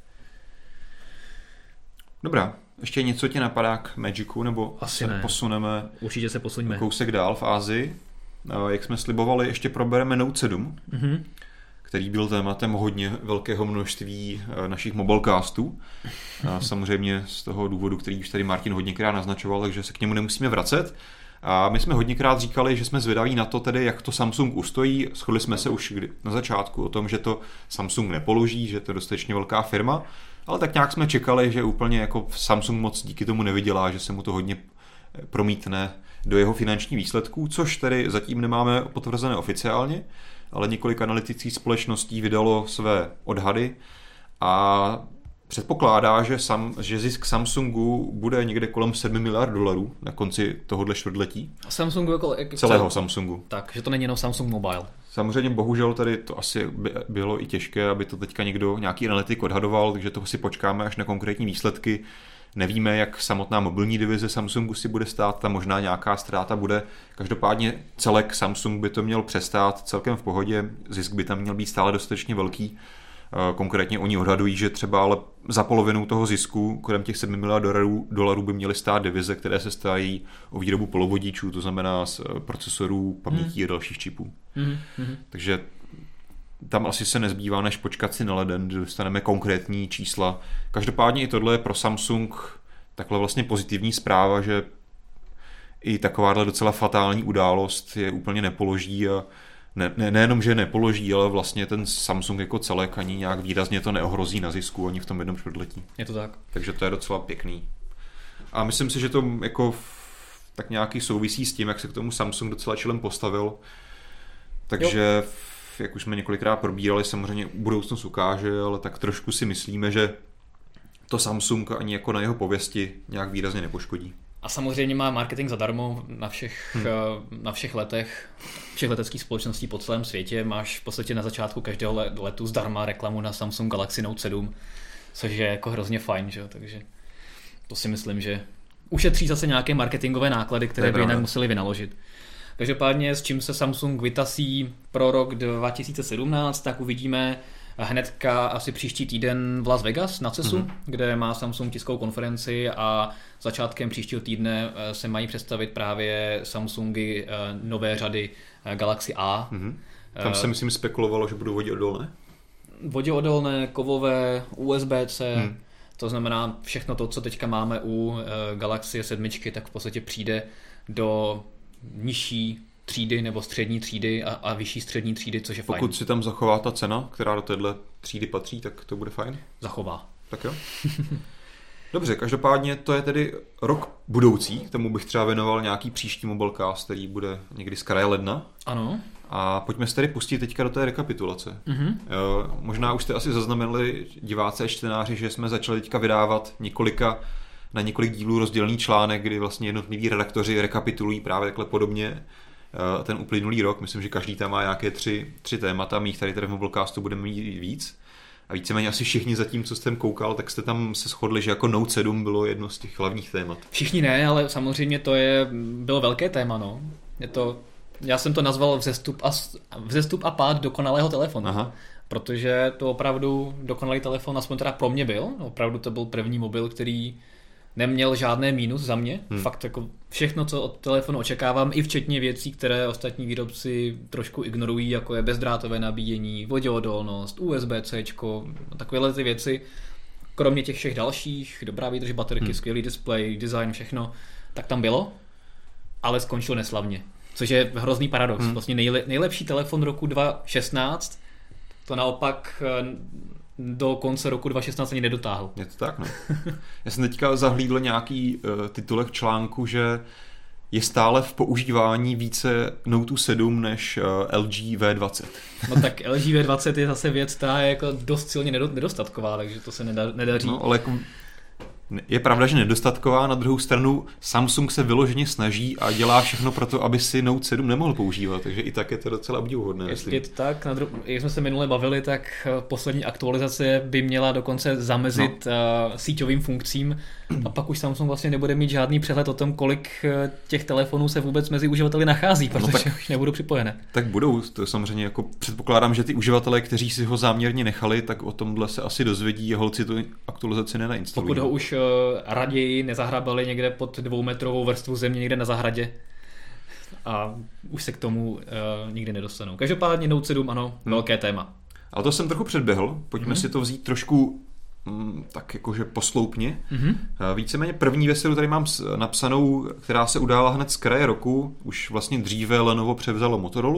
Dobrá, ještě něco tě napadá k Magicu, nebo asi se ne. Posuneme Určitě se posuňme kousek dál v Asii. Jak jsme slibovali, ještě probereme Note 7, který byl tématem hodně velkého množství našich mobilecastů. Samozřejmě z toho důvodu, který už tady Martin hodněkrát naznačoval, takže se k němu nemusíme vracet. A my jsme hodněkrát říkali, že jsme zvědaví na to tedy, jak to Samsung ustojí. Shodli jsme se už na začátku o tom, že to Samsung nepoloží, že to je dostatečně velká firma. Ale tak nějak jsme čekali, že úplně jako Samsung moc díky tomu nevydělá, že se mu to hodně promítne do jeho finančních výsledků, což tedy zatím nemáme potvrzené oficiálně, ale několik analytických společností vydalo své odhady a předpokládá, že zisk Samsungu bude někde kolem $7 miliard na konci tohohle čtvrtletí. Samsungu jako celého Samsungu. Tak, že to není jenom Samsung Mobile. Samozřejmě bohužel tady to asi bylo i těžké, aby to teďka nějaký analytik odhadoval, takže toho si počkáme až na konkrétní výsledky. Nevíme, jak samotná mobilní divize Samsungu si bude stát, tam možná nějaká ztráta bude. Každopádně celek Samsung by to měl přestát celkem v pohodě, zisk by tam měl být stále dostatečně velký. Konkrétně oni odhadují, že třeba ale za polovinu toho zisku, kolem těch $7 miliard by měly stát divize, které se stávají o výrobu polovodičů, to znamená z procesorů, pamětí a dalších čipů. Takže tam asi se nezbývá, než počkat si na leden, kdy dostaneme konkrétní čísla. Každopádně i tohle je pro Samsung takhle vlastně pozitivní zpráva, že i takováhle docela fatální událost je úplně nepoloží a nejenom, že nepoloží, ale vlastně ten Samsung jako celek ani nějak výrazně to neohrozí na zisku ani v tom jednom čtvrtletí. Je to tak. Takže to je docela pěkný. A myslím si, že to jako tak nějaký souvisí s tím, jak se k tomu Samsung docela čelem postavil. Takže jak už jsme několikrát probírali, samozřejmě budoucnost ukáže, ale tak trošku si myslíme, že to Samsung ani jako na jeho pověsti nějak výrazně nepoškodí. A samozřejmě má marketing zadarmo na všech letech, všech leteckých společností po celém světě. Máš v podstatě na začátku každého letu zdarma reklamu na Samsung Galaxy Note 7, což je jako hrozně fajn, že? Takže to si myslím, že ušetří zase nějaké marketingové náklady, které by jinak museli vynaložit. Každopádně s čím se Samsung vytasí pro rok 2017, tak uvidíme hnedka asi příští týden v Las Vegas na CESu, kde má Samsung tiskovou konferenci a začátkem příštího týdne se mají představit právě Samsungy nové řady Galaxy A. Tam se myslím spekulovalo, že budou voděodolné. Voděodolné, kovové, USB-C, to znamená všechno to, co teďka máme u Galaxy 7, tak v podstatě přijde do nižší třídy nebo střední třídy a vyšší střední třídy, což je fajn. Pokud si tam zachová ta cena, která do téhle třídy patří, tak to bude fajn? Zachová. Tak jo. Dobře, každopádně to je tedy rok budoucí, k tomu bych třeba věnoval nějaký příští mobilecast, který bude někdy z kraje ledna. Ano. A pojďme se tedy pustit teďka do té rekapitulace. Možná už jste asi zaznamenali diváci a čtenáři, že jsme začali teďka vydávat na několik dílů rozdělený článek, kdy vlastně jednotliví redaktoři rekapitulují právě takhle podobně ten uplynulý rok. Myslím, že každý tam má nějaké tři témata, mých tady v Mobilecastu budeme mít víc. A víceméně asi všichni zatím, co jsem koukal, tak jste tam se shodli, že jako Note 7 bylo jedno z těch hlavních témat. Všichni ne, ale samozřejmě bylo velké téma, no. Já jsem to nazval vzestup a pád dokonalého telefonu. Aha. Protože to opravdu dokonalý telefon, aspoň teda pro mě byl. Opravdu to byl první mobil, který neměl žádné mínus za mě. Fakt jako všechno, co od telefonu očekávám, i včetně věcí, které ostatní výrobci trošku ignorují, jako je bezdrátové nabíjení, voděodolnost, USB-C, takovéhle ty věci. Kromě těch všech dalších, dobrá výdrž baterky, skvělý displej, design, všechno, tak tam bylo. ale skončil neslavně. Což je hrozný paradox. Vlastně nejlepší telefon roku 2016 to naopak do konce roku 2016 ani nedotáhl. Je to tak, no. Já jsem teďka zahlídl nějaký titulek článku, že je stále v používání více Note 7 než LG V20. No tak LG V20 je zase věc, která je jako dost silně nedostatková, takže to se nedaří. No, ale jako je pravda, že nedostatková, na druhou stranu Samsung se vyloženě snaží a dělá všechno pro to, aby si Note 7 nemohl používat, takže i tak je to docela obdivuhodné. Je to tak, jak jsme se minule bavili, tak poslední aktualizace by měla dokonce zamezit síťovým funkcím a pak už Samsung vlastně nebude mít žádný přehled o tom, kolik těch telefonů se vůbec mezi uživateli nachází, protože už nebudou připojené. Tak budou, to samozřejmě jako předpokládám, že ty uživatelé, kteří si ho záměrně nechali, tak o tomhle se asi dozvědí a holci tu aktualizaci nenainstalují. Pokud ho už raději nezahrabali někde pod 2metrovou vrstvu země někde na zahradě a už se k tomu nikdy nedostanou. Každopádně Note 7, ano, velké téma. Ale to jsem trochu předběhl, pojďme si to vzít trošku tak jakože posloupně. Víceméně první věc, kterou tady mám napsanou, která se udála hned z kraje roku, už vlastně dříve Lenovo převzalo Motorola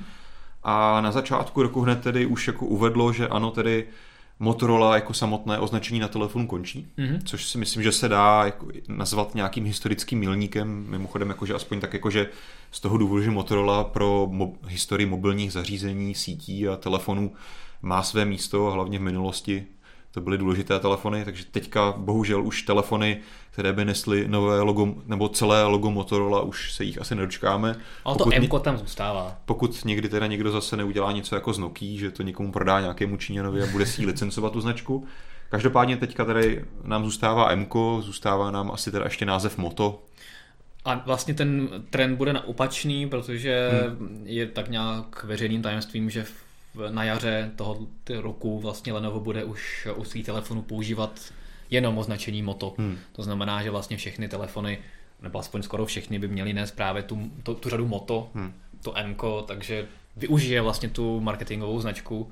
a na začátku roku hned tedy už jako uvedlo, že ano, tedy Motorola jako samotné označení na telefonu končí, což si myslím, že se dá jako nazvat nějakým historickým milníkem, mimochodem jakože aspoň tak jakože z toho důvodu, že Motorola pro historii mobilních zařízení, sítí a telefonů má své místo a hlavně v minulosti to byly důležité telefony, takže teďka bohužel už telefony, které by nesly nové logo, nebo celé logo Motorola, už se jich asi nedočkáme. Ale to M-ko tam zůstává. Pokud někdy teda někdo zase neudělá něco jako z Nokia, že to někomu prodá nějakému Číňanovi a bude si jí licencovat tu značku. Každopádně teďka tady nám zůstává M-ko, zůstává nám asi teda ještě název Moto. A vlastně ten trend bude opačný, protože je tak nějak veřejným tajemstvím, že na jaře toho roku vlastně Lenovo bude už u svých telefonů používat jenom označení Moto. To znamená, že vlastně všechny telefony, nebo aspoň skoro všechny, by měly nést právě tu řadu Moto, to M-ko, takže využije vlastně tu marketingovou značku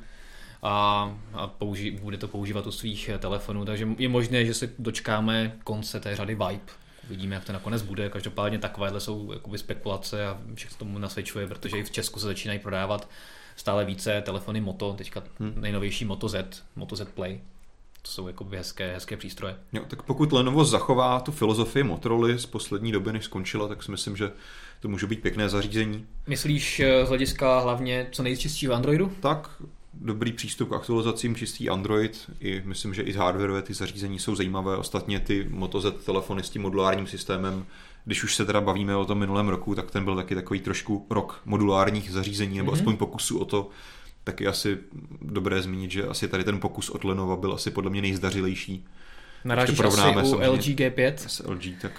a bude to používat u svých telefonů, takže je možné, že se dočkáme konce té řady Vibe. Vidíme, jak to nakonec bude. Každopádně takovéhle jsou jakoby spekulace a všechno tomu nasvědčuje, protože i v Česku se začínají prodávat stále více telefony Moto, teďka nejnovější Moto Z Play. To jsou jakoby hezké přístroje. Jo, tak pokud Lenovo zachová tu filozofii Motorola z poslední doby, než skončila, tak si myslím, že to může být pěkné zařízení. Myslíš z hlediska hlavně co nejčistšího Androidu? Tak, dobrý přístup k aktualizacím, čistý Android, i myslím, že i hardwareové ty zařízení jsou zajímavé. Ostatně ty Moto Z telefony s tím modulárním systémem, když už se teda bavíme o tom minulém roku, tak ten byl taky takový trošku rok modulárních zařízení, nebo aspoň pokusů o to. Tak je asi dobré zmínit, že asi tady ten pokus od Lenova byl asi podle mě nejzdařilejší. Narážíš asi u LG G5? S LG, tak.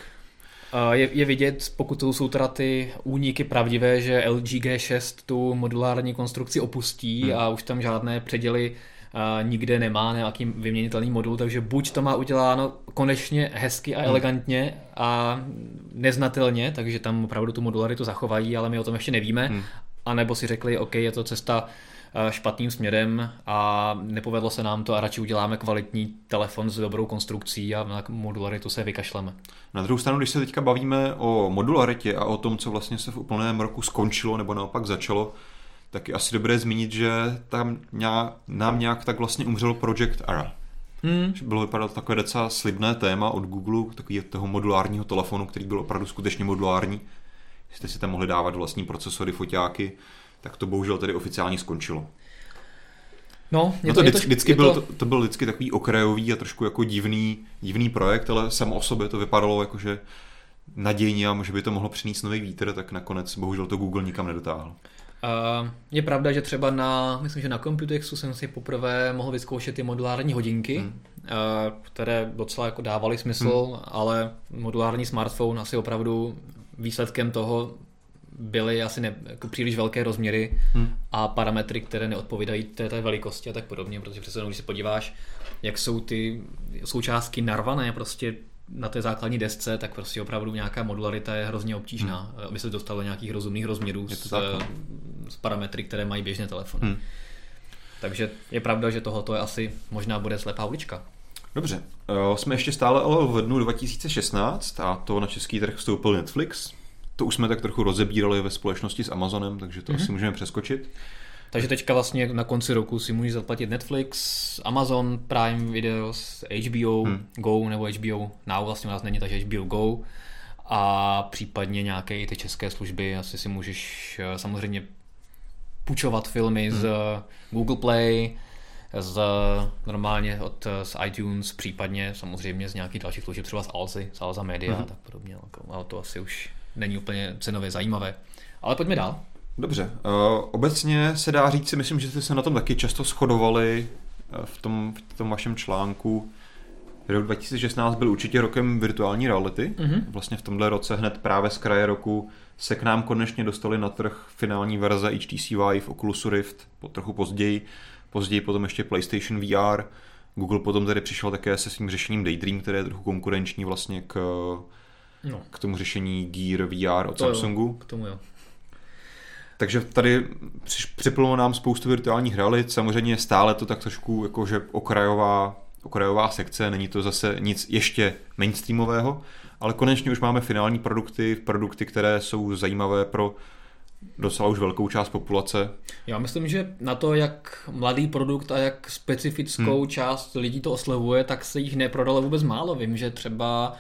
Je vidět, pokud jsou teda ty úniky pravdivé, že LG G6 tu modulární konstrukci opustí a už tam žádné předěly nikde nemá nějaký vyměnitelný modul, takže buď to má uděláno konečně hezky a elegantně a neznatelně, takže tam opravdu tu modularitu zachovají, ale my o tom ještě nevíme, a nebo si řekli, OK, je to cesta špatným směrem a nepovedlo se nám to a radši uděláme kvalitní telefon s dobrou konstrukcí a na modularitu se vykašleme. Na druhou stranu, když se teďka bavíme o modularitě a o tom, co vlastně se v úplném roku skončilo nebo naopak začalo, tak je asi dobré zmínit, že tam nám nějak tak vlastně umřel Project Ara. Bylo vypadat takové docela slibné téma od Google, takový toho modulárního telefonu, který byl opravdu skutečně modulární. Jste si tam mohli dávat vlastní procesory, foťáky, tak to bohužel tedy oficiálně skončilo. To byl vždycky takový okrajový a trošku jako divný projekt, ale samo o sobě to vypadalo jakože nadějně a že by to mohlo přinést nový vítr, tak nakonec bohužel to Google nikam nedotáhl. Je pravda, že třeba myslím, že na Computexu jsem si poprvé mohl vyzkoušet ty modulární hodinky, které docela jako dávaly smysl, ale modulární smartphone asi opravdu výsledkem toho byly asi jako příliš velké rozměry a parametry, které neodpovídají té velikosti a tak podobně, protože přesně když se podíváš, jak jsou ty součástky narvané prostě na té základní desce, tak prostě opravdu nějaká modularita je hrozně obtížná, aby se dostalo do nějakých rozumných rozměrů s parametry, které mají běžné telefony. Takže je pravda, že tohoto je asi možná bude slepá ulička. Dobře, jsme ještě stále ale v lednu 2016 a to na český trh vstoupil Netflix. to už jsme tak trochu rozebírali ve společnosti s Amazonem, takže to asi můžeme přeskočit. Takže teďka vlastně na konci roku si můžeš zaplatit Netflix, Amazon Prime Videos, HBO Go nebo HBO Now, vlastně u nás není, takže HBO Go a případně nějaké i ty české služby. Asi si můžeš samozřejmě půjčovat filmy z Google Play, normálně z iTunes, případně samozřejmě z nějakých dalších služeb, třeba z Alza Media a tak podobně. Ale to asi už není úplně cenově zajímavé. Ale pojďme dál. Dobře. Obecně se dá říct, myslím, že jste se na tom taky často shodovali v tom vašem článku. Rok 2016 byl určitě rokem virtuální reality. Vlastně v tomhle roce hned právě z kraje roku se k nám konečně dostali na trh finální verze HTC Vive, Oculusu Rift, trochu později potom ještě PlayStation VR. Google potom tedy přišel také se svým řešením Daydream, které je trochu konkurenční vlastně k tomu řešení Gear VR od Samsungu. K tomu jo. Takže tady připlynulo nám spoustu virtuálních realit, samozřejmě stále to tak trošku jakože okrajová sekce, není to zase nic ještě mainstreamového, ale konečně už máme finální produkty, které jsou zajímavé pro docela už velkou část populace. Já myslím, že na to, jak mladý produkt a jak specifickou část lidí to oslovuje, tak se jich neprodalo vůbec málo. Vím, že třeba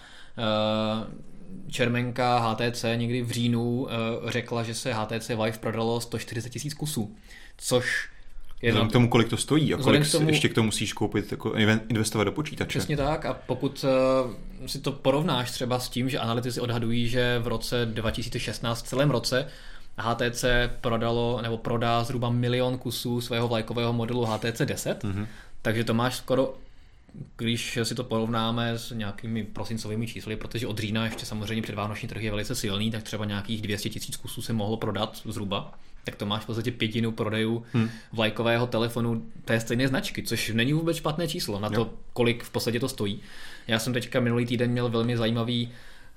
čermenka HTC někdy v říjnu řekla, že se HTC Vive prodalo 140 000 kusů, což je vzhledem k tomu, kolik to stojí a kolik ještě k tomu musíš koupit, jako investovat do počítače. Přesně tak, a pokud si to porovnáš třeba s tím, že analytici odhadují, že v roce 2016 v celém roce HTC prodalo nebo prodá zhruba 1 000 000 kusů svého vlajkového modelu HTC 10, takže to máš skoro, když si to porovnáme s nějakými prosincovými čísly, protože od října ještě samozřejmě předvánoční trh je velice silný, tak třeba nějakých 200 000 kusů se mohlo prodat zhruba, tak to máš v podstatě 1/5 prodejů vlajkového telefonu té stejné značky, což není vůbec špatné číslo na to, kolik v podstatě to stojí. Já jsem teďka minulý týden měl velmi zajímavý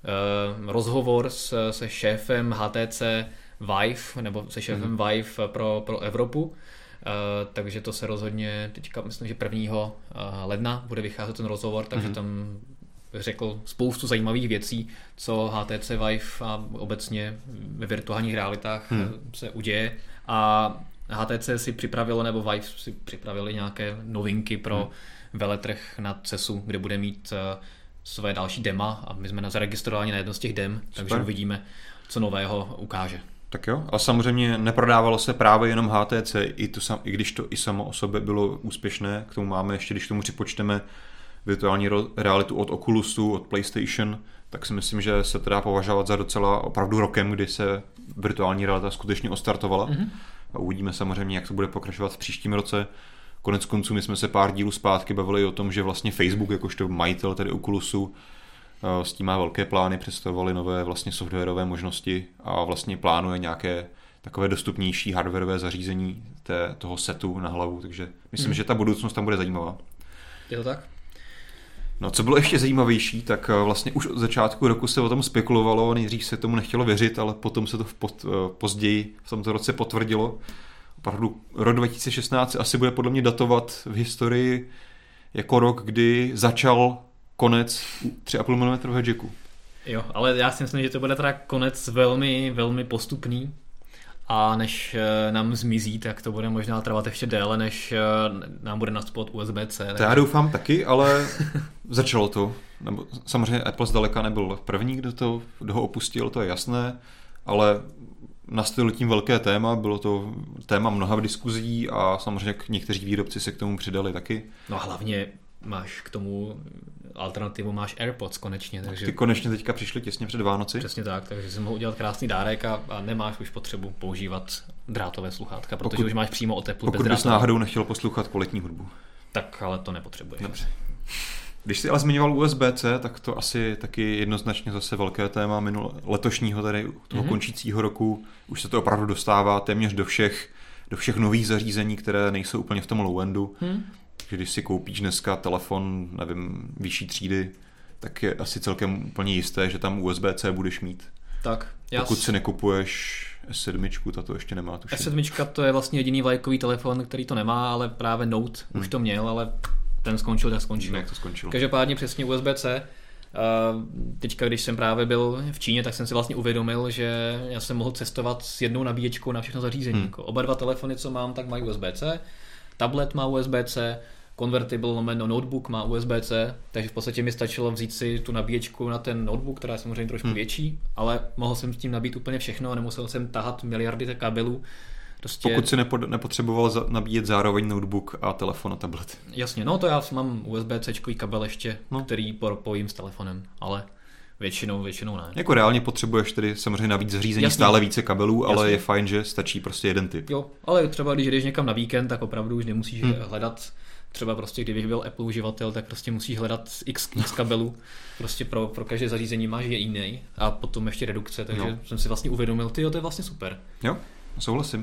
rozhovor se šéfem HTC Vive, nebo se šéfem Vive pro Evropu, takže to se rozhodně teďka, myslím, že 1. ledna bude vycházet ten rozhovor, takže tam řekl spoustu zajímavých věcí, co HTC Vive a obecně ve virtuálních realitách se uděje. A HTC si připravilo, nebo Vive si připravili nějaké novinky pro veletrh na CESu, kde bude mít své další dema a my jsme zaregistrováni na jedno z těch dem, takže uvidíme, co nového ukáže. Tak jo, a samozřejmě neprodávalo se právě jenom HTC, i když to i samo o sobě bylo úspěšné, k tomu máme ještě, když tomu připočteme virtuální realitu od Oculusu, od PlayStation, tak si myslím, že se to dá považovat za docela opravdu rokem, kdy se virtuální realita skutečně ostartovala. A uvidíme samozřejmě, jak to bude pokračovat v příštím roce. Konec konců my jsme se pár dílů zpátky bavili o tom, že vlastně Facebook, jakožto majitel tedy Oculusu, s tím má velké plány, představovali nové vlastně softwarové možnosti a vlastně plánuje nějaké takové dostupnější hardwareové zařízení toho setu na hlavu, takže myslím, že ta budoucnost tam bude zajímavá. Je to tak? No, co bylo ještě zajímavější, tak vlastně už od začátku roku se o tom spekulovalo, nejdřív se tomu nechtělo věřit, ale potom se to později v tomto roce potvrdilo. Opravdu rok 2016 asi bude podle mě datovat v historii jako rok, kdy začal konec 3,5 mm jacku. Jo, ale já si myslím, že to bude teda konec velmi, velmi postupný a než nám zmizí, tak to bude možná trvat ještě déle, než nám bude nastupovat USB-C. To já doufám taky, ale začalo to. Samozřejmě Apple zdaleka nebyl první, kdo ho opustil, to je jasné, ale nastalo tím velké téma, bylo to téma mnoha diskuzí a samozřejmě někteří výrobci se k tomu přidali taky. No a hlavně máš k tomu alternativu, máš AirPods konečně. Takže ty konečně teďka přišli těsně před Vánoci. Přesně tak, takže si mohl udělat krásný dárek a nemáš už potřebu používat drátové sluchátka, protože už máš přímo od Apple. Pokud bys náhodou nechtěl poslouchat kvalitní hudbu. Tak ale to nepotřebuješ. Dobře. Když jsi ale zmiňoval USB-C, tak to asi taky jednoznačně zase velké téma letošního tady toho končícího roku. Už se to opravdu dostává téměř do všech nových zařízení, které nejsou úplně v tom low-endu. Když si koupíš dneska telefon, nevím, vyšší třídy, tak je asi celkem úplně jisté, že tam USB-C budeš mít. Tak, pokud si nekupuješ S7, ta to ještě nemá, tuším. S7 to je vlastně jediný vlajkový telefon, který to nemá, ale právě Note už to měl, ale ten skončil, tak skončil. Jak to skončilo. Každopádně přesně USB-C Teďka, když jsem právě byl v Číně, tak jsem si vlastně uvědomil, že já jsem mohl cestovat s jednou nabíječkou na všechno zařízení. Oba dva telefony, co mám, tak mají USB-C, tablet má USB-C, convertible lomeno notebook má USB-C, takže v podstatě mi stačilo vzít si tu nabíječku na ten notebook, která je samozřejmě trošku větší, ale mohl jsem s tím nabít úplně všechno a nemusel jsem tahat miliardy kabelů. Prostě... Pokud si nepotřeboval nabíjet zároveň notebook a telefon a tablet. Jasně, no to já mám USB-C kabel ještě, který propojím s telefonem, ale většinou ne. Jako reálně potřebuješ tedy samozřejmě navíc zařízení stále více kabelů, ale je fajn, že stačí prostě jeden typ. Jo, ale třeba když jdeš někam na víkend, tak opravdu už nemusíš hledat. Třeba prostě, kdybych byl Apple uživatel, tak prostě musíš hledat x kabelů. Prostě pro každé zařízení máš je jiný a potom ještě redukce, takže jsem si vlastně uvědomil, to je vlastně super. Jo, souhlasím.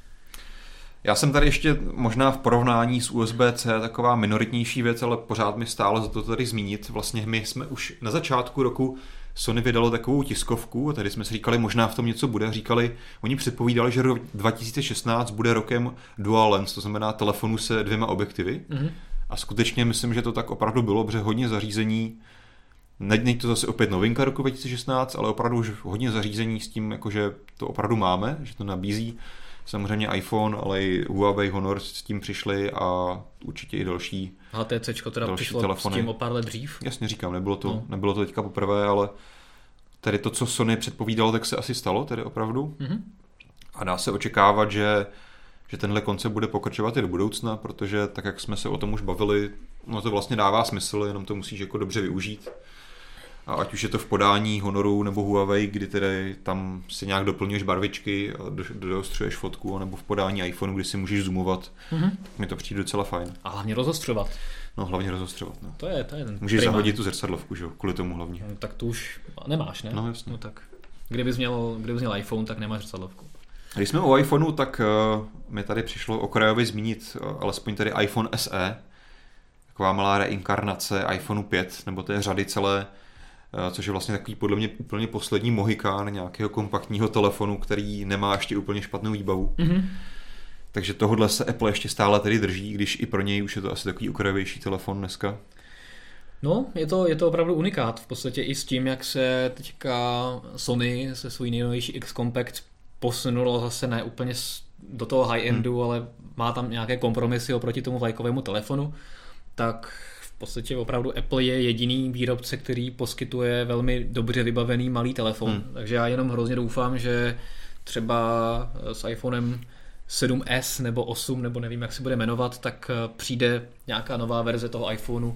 Já jsem tady ještě možná v porovnání s USB-C taková minoritnější věc, ale pořád mi stálo za to tady zmínit. Vlastně my jsme už na začátku roku Sony vydalo takovou tiskovku a tady jsme si říkali, možná v tom něco bude. Oni předpovídali, že rok 2016 bude rokem dual lens, to znamená telefonu se 2 objektivy. A skutečně myslím, že to tak opravdu bylo, protože hodně zařízení, není to zase opět novinka roku 2016, ale opravdu už hodně zařízení s tím, jakože to opravdu máme, že to nabízí. Samozřejmě iPhone, ale i Huawei, Honor s tím přišli a určitě i další HTCčko teda přišlo telefony. S tím o pár let dřív. Jasně říkám, nebylo to teďka poprvé, ale tady to, co Sony předpovídalo, tak se asi stalo, tedy opravdu. A dá se očekávat, že tenhle koncept bude pokračovat i do budoucna, protože tak, jak jsme se o tom už bavili, no to vlastně dává smysl, jenom to musíš jako dobře využít. A ať už je to v podání Honoru nebo Huawei, kdy tedy tam si nějak doplňuješ barvičky a doostřuješ fotku, nebo v podání iPhoneu, kdy si můžeš zoomovat, tak mi to přijde docela fajn. A hlavně rozostřovat. No, hlavně rozostřovat. No. To je ten můžeš zahodit tu zrcadlovku, že jo, kvůli tomu hlavně. No, tak to už nemáš, ne? No, jasně. No tak, kdybys měl iPhone, tak nemáš zrcadlovku. Když jsme u iPhoneu, tak mi tady přišlo okrajově zmínit alespoň tady iPhone SE, taková malá reinkarnace iPhoneu 5, nebo té řady celé, což je vlastně takový podle mě úplně poslední mohikán nějakého kompaktního telefonu, který nemá ještě úplně špatnou výbavu. Takže tohodle se Apple ještě stále tedy drží, když i pro něj už je to asi takový okrajovější telefon dneska. No, je to opravdu unikát. V podstatě i s tím, jak se teďka Sony se svůj nejnovější X-Compact posunulo zase ne úplně do toho high-endu, ale má tam nějaké kompromisy oproti tomu vlajkovému telefonu, tak v podstatě opravdu Apple je jediný výrobce, který poskytuje velmi dobře vybavený malý telefon. Takže já jenom hrozně doufám, že třeba s iPhonem 7S nebo 8, nebo nevím, jak se bude jmenovat, tak přijde nějaká nová verze toho iPhoneu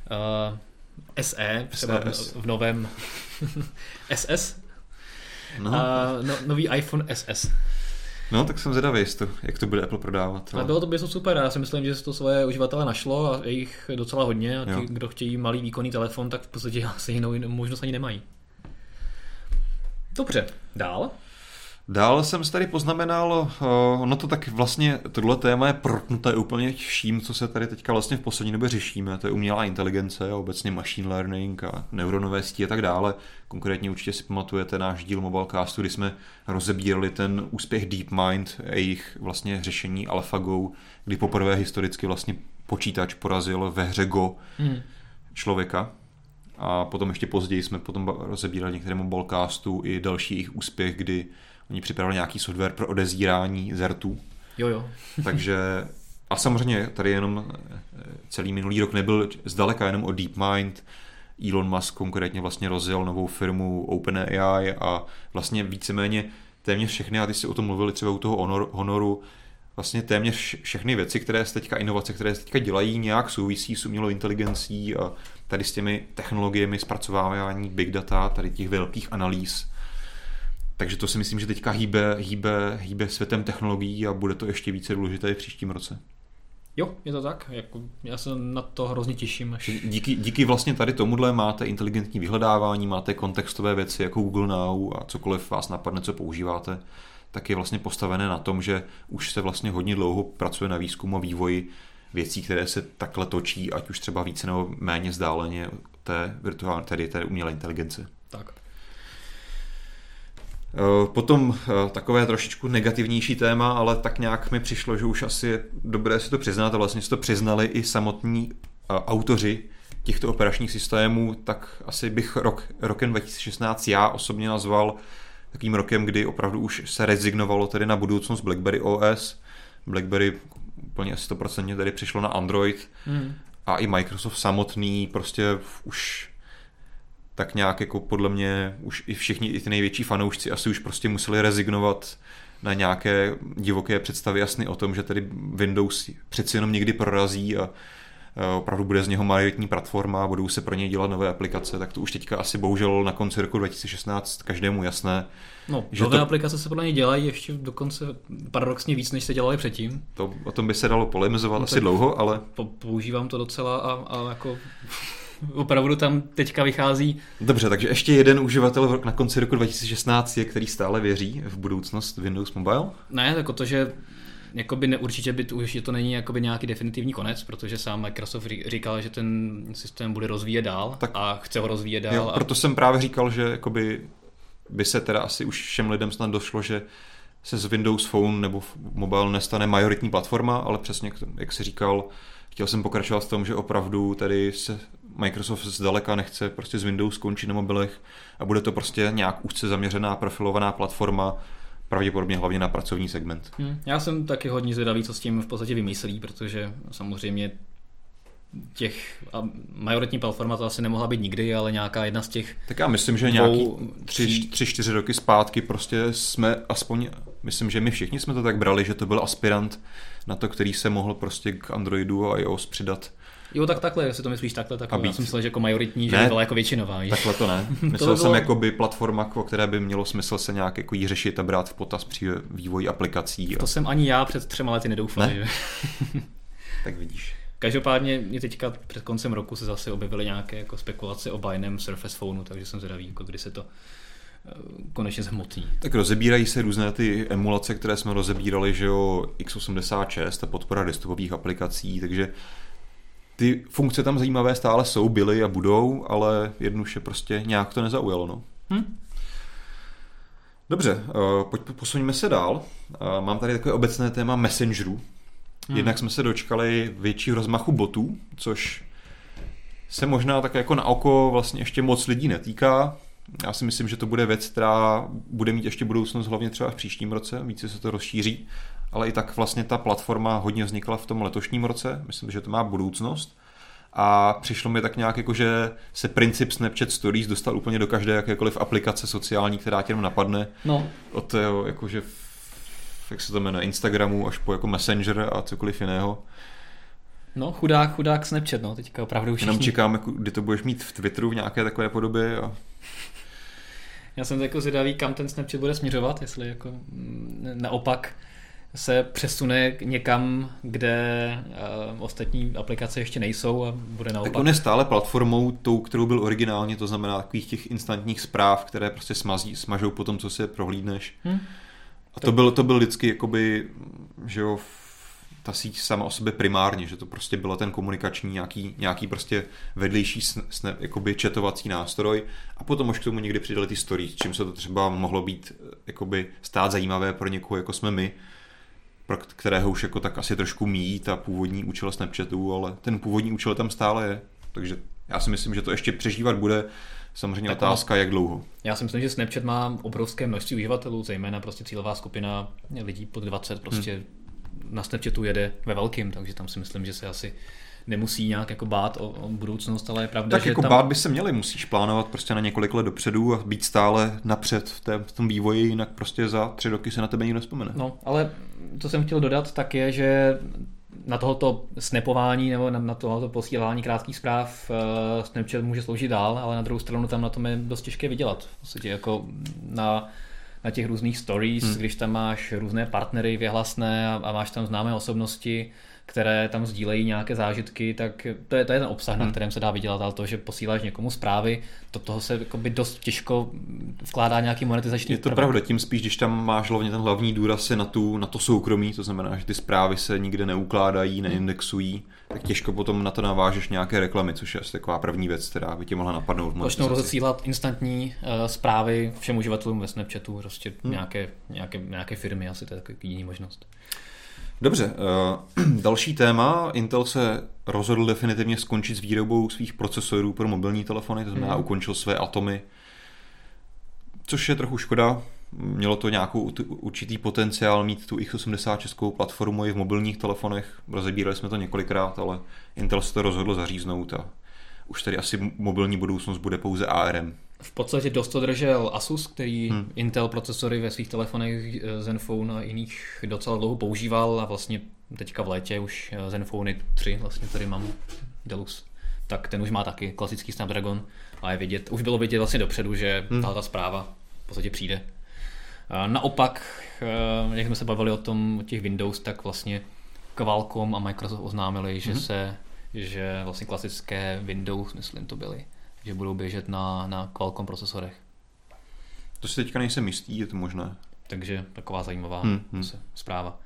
SE, třeba v novém SS. Nový iPhone SS. No, tak jsem zvědavý, jak to bude Apple prodávat. Ale bylo to super, já si myslím, že se to svoje uživatele našlo a je jich docela hodně a ti, kdo chtějí malý výkonný telefon, tak v podstatě asi jinou možnost ani nemají. Dobře, dál? Dál jsem si tady poznamenal, no to tak vlastně tohle téma je protnuté úplně vším, co se tady teďka vlastně v poslední době řešíme. To je umělá inteligence a obecně machine learning a neuronové sítě a tak dále. Konkrétně určitě si pamatujete náš díl Mobilecastu, kdy jsme rozebírali ten úspěch DeepMind a jejich vlastně řešení AlphaGo, kdy poprvé historicky vlastně počítač porazil ve hře Go člověka. A potom ještě později jsme potom rozebírali některé Mobilecastu i další jejich úspěch, kdy oni připravili nějaký software pro odezírání zertů. Jo. Takže a samozřejmě tady jenom celý minulý rok nebyl zdaleka jenom o DeepMind. Elon Musk konkrétně vlastně rozjel novou firmu OpenAI a vlastně víceméně téměř všechny, a ty si o tom mluvili třeba u toho Honoru, vlastně téměř všechny věci, inovace, které se teďka dělají, nějak souvisí s umělou inteligencí a tady s těmi technologiemi zpracovávání big data, tady těch velkých analýz. Takže to si myslím, že teďka hýbe světem technologií a bude to ještě více důležité v příštím roce. Jo, je to tak. Já se na to hrozně těším. Díky vlastně tady tomuhle máte inteligentní vyhledávání, máte kontextové věci jako Google Now a cokoliv vás napadne, co používáte, tak je vlastně postavené na tom, že už se vlastně hodně dlouho pracuje na výzkumu a vývoji věcí, které se takhle točí, ať už třeba více nebo méně vzdáleně té virtuální, tedy té umělé inteligence. Tak. Potom takové trošičku negativnější téma, ale tak nějak mi přišlo, že už asi je dobré si to přiznat a vlastně si to přiznali i samotní autoři těchto operačních systémů, tak asi bych rokem 2016 já osobně nazval takovým rokem, kdy opravdu už se rezignovalo tedy na budoucnost BlackBerry OS. BlackBerry úplně 100% tady přišlo na Android a i Microsoft samotný prostě už tak nějak jako podle mě už i všichni, i ty největší fanoušci asi už prostě museli rezignovat na nějaké divoké představy jasny o tom, že tedy Windows přeci jenom někdy prorazí a opravdu bude z něho majoritní platforma a budou se pro něj dělat nové aplikace, tak to už teďka asi bohužel na konci roku 2016 každému jasné. No, nové aplikace se podle něj dělají ještě dokonce paradoxně víc, než se dělali předtím. O tom by se dalo polemizovat asi dlouho, ale... Používám to docela a jako... Opravdu tam teďka vychází. Dobře, takže ještě jeden uživatel na konci roku 2016 je, který stále věří v budoucnost Windows Mobile? Ne, tak o to, že jakoby určitě by už to není jakoby nějaký definitivní konec, protože sám Microsoft říkal, že ten systém bude rozvíjet dál a chce ho rozvíjet dál. Jo, proto jsem právě říkal, že jakoby by se teda asi už všem lidem snad došlo, že se z Windows Phone nebo Mobile nestane majoritní platforma, ale přesně, jak jsi říkal, chtěl jsem pokračovat v tom, že opravdu tady se Microsoft zdaleka nechce prostě z Windows skončit na mobilech a bude to prostě nějak úzce zaměřená profilovaná platforma, pravděpodobně hlavně na pracovní segment. Já jsem taky hodně zvědavý, co s tím v podstatě vymyslí, protože samozřejmě majoritní platforma to asi nemohla být nikdy, ale nějaká jedna z těch... Tak já myslím, že nějaký 3-4 roky zpátky prostě jsme aspoň, myslím, že my všichni jsme to tak brali, že to byl aspirant na to, který se mohl prostě k Androidu a iOS přidat. Jo, tak takhle, jestli to myslíš takhle, tak já jsem myslel, že jako majoritní, že by byla jako většinová. Takhle to ne. Myslel jsem jako by platforma, o které by mělo smysl se nějak jako jí řešit a brát v potaz při vývoji aplikací. To jsem ani já před 3 lety nedoufal. Ne? Že? Tak vidíš. Každopádně mě teďka před koncem roku se zase objevily nějaké jako spekulace o bajném Surface Phoneu, takže jsem zvědavý, jako kdy se to konečně zhmotní. Tak rozebírají se různé ty emulace, které jsme rozebírali, že jo, x86 a podpora desktopových aplikací, takže ty funkce tam zajímavé stále jsou, byly a budou, ale jednoduše prostě nějak to nezaujalo. No. Dobře, posuňme se dál. Mám tady takové obecné téma messengerů. Jednak jsme se dočkali většího rozmachu botů, což se možná tak jako na oko vlastně ještě moc lidí netýká. Já si myslím, že to bude věc, která bude mít ještě budoucnost hlavně třeba v příštím roce, více se to rozšíří, ale i tak vlastně ta platforma hodně vznikla v tom letošním roce, myslím, že to má budoucnost a přišlo mi tak nějak jako, že se princip Snapchat Stories dostal úplně do každé jakékoliv aplikace sociální, která tě jenom napadne. No. Od jakože jak se to jmenuje, Instagramu až po jako Messenger a cokoliv jiného. No, chudák Snapchat, no, teďka opravdu všichni. Jenom čekám, jako, kdy to budeš mít v Twitteru v nějaké takové podobě. A... Já jsem jako zvědavý, kam ten Snapchat bude směřovat, jestli jako naopak se přesune někam, kde ostatní aplikace ještě nejsou a bude naopak. Tak on je stále platformou tou, kterou byl originálně, to znamená takových těch instantních zpráv, které prostě smažou po tom, co si prohlídneš. A to byl vždycky jakoby, že jo, ta síť sama o sobě primárně, že to prostě byl ten komunikační nějaký prostě vedlejší jakoby chatovací nástroj a potom už k tomu někdy přidali ty stories, čím se to třeba mohlo být jakoby stát zajímavé pro někoho, jako jsme my, pro kterého už jako tak asi trošku míjí ta původní účel Snapchatu, ale ten původní účel tam stále je, takže já si myslím, že to ještě přežívat bude. Samozřejmě otázka, jak dlouho. Já si myslím, že Snapchat má obrovské množství uživatelů, zejména prostě cílová skupina lidí pod 20 prostě na Snapchatu jede ve velkým, takže tam si myslím, že se asi nemusí nějak jako bát o budoucnost, ale je pravda, tak že jako tam... bát by se měli, musíš plánovat prostě na několik let dopředu a být stále napřed v tom vývoji, jinak prostě za 3 roky se na tebe nikdo nevzpomene. No, ale co jsem chtěl dodat, tak je, že na tohoto snapování nebo na tohoto posílání krátkých zpráv Snapchat může sloužit dál, ale na druhou stranu tam na tom je dost těžké vydělat. V podstatě jako na těch různých stories, když tam máš různé partnery věhlasné a máš tam známé osobnosti, které tam sdílejí nějaké zážitky, tak to je ten obsah, na kterém se dá vydělat, ale to, že posíláš někomu zprávy, toho se dost těžko vkládá nějaký monetizační. Je to pravda, tím spíš, když tam máš hlavně ten hlavní důraz na to soukromí, to znamená, že ty zprávy se nikde neukládají, neindexují, tak těžko potom na to navážeš nějaké reklamy, což je asi taková první věc, která by tě mohla napadnout. Začnou rozesílat instantní zprávy všem uživatelům ve Snapchatu, prostě nějaké firmy, asi to je takový jiný možnost. Dobře, další téma. Intel se rozhodl definitivně skončit s výrobou svých procesorů pro mobilní telefony, to znamená ukončil své Atomy, což je trochu škoda. Mělo to nějakou určitý potenciál mít tu x86 platformu i v mobilních telefonech. Rozebírali jsme to několikrát, ale Intel se to rozhodl zaříznout a už tady asi mobilní budoucnost bude pouze ARM. V podstatě dost to držel Asus, který Intel procesory ve svých telefonech Zenfone a jiných docela dlouho používal a vlastně teďka v létě už Zenfony 3 vlastně tady mám Deluxe. Tak ten už má taky klasický Snapdragon a je vidět, už bylo vidět vlastně dopředu, že ta zpráva v podstatě přijde. Naopak, jak jsme se bavili o těch Windows, tak vlastně Qualcomm a Microsoft oznámili, že vlastně klasické Windows, myslím, to byly, že budou běžet na Qualcomm procesorech. To si teďka nejsem jistý, je to možné. Takže taková zajímavá zpráva.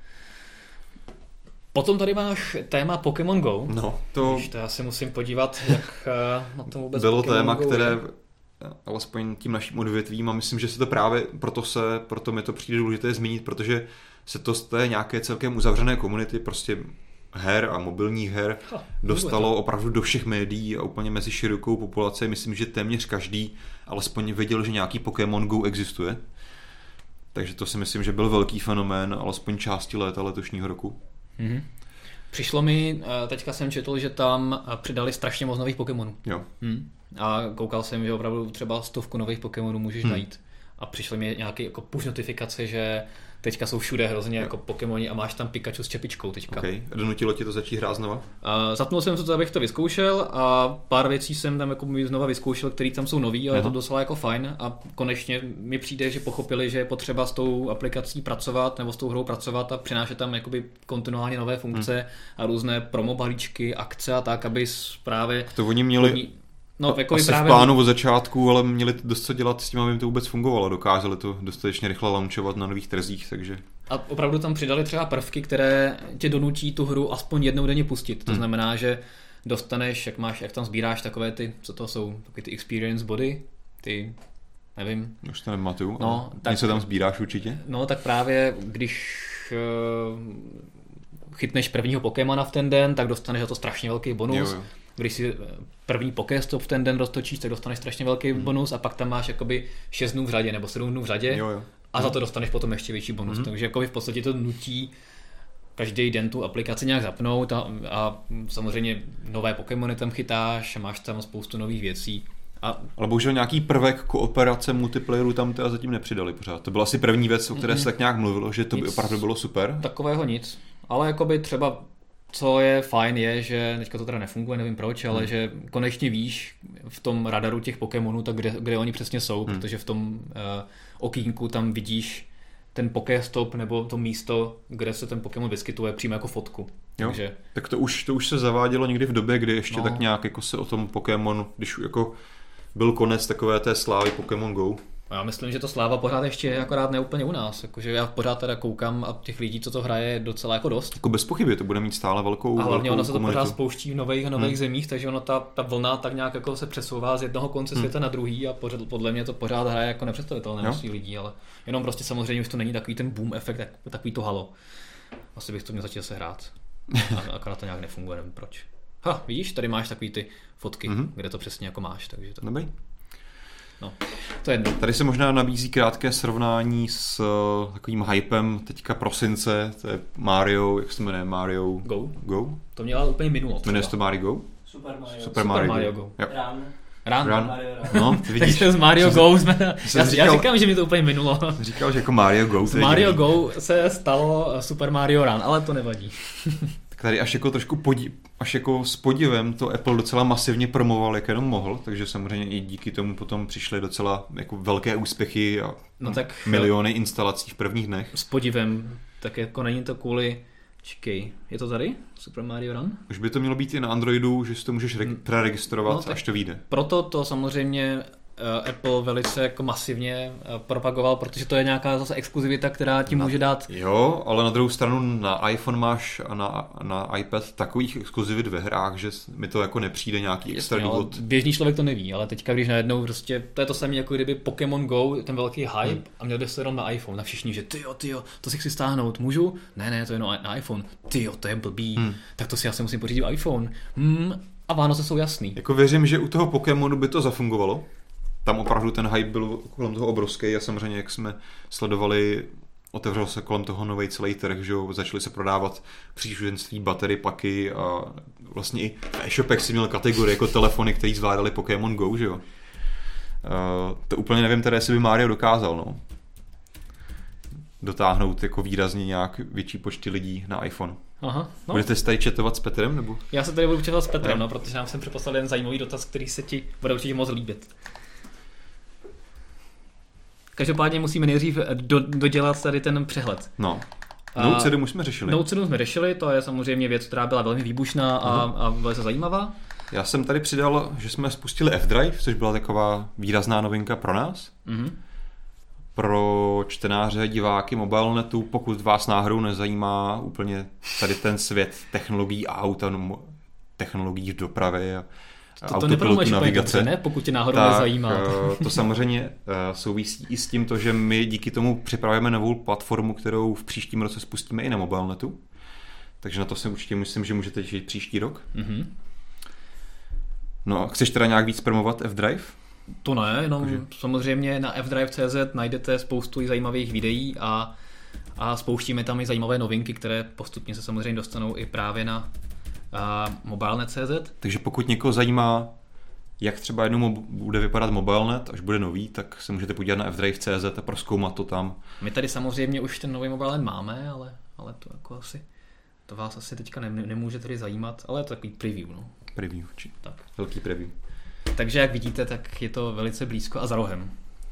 Potom tady máš téma Pokémon Go. No, to já se musím podívat, jak na tom vůbec bylo Pokémon téma, Go které alespoň tím naším odvětvím a myslím, že se to právě proto mi to přijde důležité zmínit, protože se to z té nějaké celkem uzavřené komunity prostě her a mobilních her dostalo opravdu do všech médií a úplně mezi širokou populaci. Myslím, že téměř každý alespoň věděl, že nějaký Pokémon Go existuje. Takže to si myslím, že byl velký fenomén alespoň části léta letošního roku. Mm-hmm. Přišlo mi, teďka jsem četl, že tam přidali strašně moc nových Pokémonů. Jo. A koukal jsem, že opravdu třeba 100 nových Pokémonů můžeš najít. A přišly mi nějaké jako push notifikace, že teďka jsou všude hrozně jako Pokémoni a máš tam Pikachu s čepičkou teďka. Okay. Donutilo tě to začít hrát znova? Zapnul jsem to, abych to vyzkoušel a pár věcí jsem tam jako znova vyzkoušel, které tam jsou nový, ale je to docela jako fajn a konečně mi přijde, že pochopili, že je potřeba s tou aplikací pracovat nebo s tou hrou pracovat a přinášet tam jakoby kontinuálně nové funkce a různé promo balíčky, akce a tak, aby právě... To oni měli... No, jako asi právě v plánu od začátku, ale měli dost co dělat s tím, aby jim to vůbec fungovalo. Dokázali to dostatečně rychle launchovat na nových trzích, takže... A opravdu tam přidali třeba prvky, které tě donutí tu hru aspoň jednou denně pustit. To znamená, že dostaneš, jak tam sbíráš takové ty, co to jsou, takové ty experience body, ty, nevím. Už to nematuju, no, tak, něco tam sbíráš určitě? No, tak právě, když chytneš prvního Pokémona v ten den, tak dostaneš za to strašně velký bonus. Jo. Když si první Pokéstop v ten den roztočíš, tak dostaneš strašně velký bonus a pak tam máš jakoby 6 dnů v řadě nebo 7 dnů v řadě a za to dostaneš potom ještě větší bonus. Takže jakoby v podstatě to nutí každý den tu aplikaci nějak zapnout a samozřejmě nové Pokémony tam chytáš a máš tam spoustu nových věcí. Ale bohužel nějaký prvek kooperace multiplayeru tam teda zatím nepřidali pořád. To byla asi první věc, o které se tak nějak mluvilo, že to by opravdu bylo super. Takového nic, ale jakoby třeba co je fajn je, že teďka to teda nefunguje, nevím proč, ale že konečně víš v tom radaru těch Pokémonů, tak kde oni přesně jsou, protože v tom okýnku tam vidíš ten Pokéstop nebo to místo, kde se ten Pokémon vyskytuje přímo jako fotku. Takže... Tak to už se zavádělo někdy v době, kdy ještě tak nějak jako se o tom Pokémon, když jako byl konec takové té slávy Pokémon Go. Já myslím, že to sláva pořád ještě je akorát ne úplně u nás, jakože já pořád teda koukám a těch lidí, co to hraje, je docela jako dost. Jako bez pochyby, to bude mít stále velkou. A hlavně ono se to komunitu. Pořád spouští v nových zemích, takže ono ta vlna tak nějak jako se přesouvá z jednoho konce světa na druhý a podle mě to pořád hraje jako nepředstavitelné množství lidí, ale jenom prostě samozřejmě už to není takový ten boom efekt, takový to halo. Asi bych to měl začít se hrát. A akorát to nějak nefunguje, nevím proč. Vidíš, tady máš takový ty fotky, kde to přesně jako máš, takže to. Dobrý. No, to je jedno. Tady se možná nabízí krátké srovnání s takovým hypem teďka prosince, to je Mario, jak se jmenuje, Mario Go? To měla úplně minulo. Jmenuje se to Mario Go? Super Mario Go. Run. No, ty vidíš. Takže z Mario Go já říkám, že mi to úplně minulo. Říkal, že jako Mario Go. Z Mario Go se stalo Super Mario Run, ale to nevadí. Tady až jako trošku až jako s podivem to Apple docela masivně promoval, jak jenom mohl, takže samozřejmě i díky tomu potom přišly docela jako velké úspěchy a miliony instalací v prvních dnech. S podivem, tak jako není to kvůli... Čekej, je to tady? Super Mario Run? Už by to mělo být i na Androidu, že si to můžeš preregistrovat, až to vyjde. Proto to samozřejmě Apple velice jako masivně propagoval, protože to je nějaká zase exkluzivita, která ti může dát... Jo, ale na druhou stranu na iPhone máš a na iPad takových exkluzivit ve hrách, že mi to jako nepřijde nějaký extra důvod. Běžný člověk to neví, ale teďka když najednou prostě, to je to samé jako kdyby Pokémon Go, ten velký hype a měl by se jenom na iPhone, na všichni, že tyjo, to si chci stáhnout, můžu? Ne, to je jenom na iPhone, tyjo, to je blbý, tak to si asi musím pořídit iPhone. A Vánoce jsou jasný. Jako věřím, že u toho Pokémonu by to zafungovalo. Tam opravdu ten hype byl kolem toho obrovský a samozřejmě, jak jsme sledovali, otevřel se kolem toho nový celý trh, že jo, začaly se prodávat příšuženství, batery paky a vlastně i v e-shopech si měl kategorie jako telefony, které zvládaly Pokémon Go, že jo. To úplně nevím teda, jestli by Mario dokázal, no. Dotáhnout jako výrazně nějak větší počty lidí na iPhone. Aha, no. Budete se tady chatovat s Petrem, nebo? Já se tady budu chatovat s Petrem, no, protože nám jsem připoslal jeden zajímavý dotaz, který se ti bude určitě moc líbit. Každopádně musíme nejdřív dodělat tady ten přehled. No. Note 7 už jsme řešili. Note 7 jsme řešili, to je samozřejmě věc, která byla velmi výbušná a velice zajímavá. Já jsem tady přidal, že jsme spustili F-Drive, což byla taková výrazná novinka pro nás. Pro čtenáře, diváky Mobilenetu, pokud vás náhodou nezajímá úplně tady ten svět technologií aut a technologií v dopravě a to nepromuješ úplně dobře, ne? Pokud tě náhodou nezajímá. To samozřejmě souvisí i s tím, že my díky tomu připravujeme novou platformu, kterou v příštím roce spustíme i na Mobilenetu. Takže na to si určitě myslím, že můžete těšit příští rok. No, chceš teda nějak víc promovat F-Drive? To ne, jenom samozřejmě na fdrive.cz najdete spoustu zajímavých videí a spouštíme tam i zajímavé novinky, které postupně se samozřejmě dostanou i právě na mobilenet.cz. Takže pokud někoho zajímá, jak třeba jednou bude vypadat mobilenet, až bude nový, tak se můžete podívat na fdrive.cz a prozkoumat to tam. My tady samozřejmě už ten nový mobilenet máme, ale to jako asi to vás asi teďka nemůže tady zajímat, ale je to takový preview. No. Preview, tak. Velký preview. Takže jak vidíte, tak je to velice blízko a za rohem.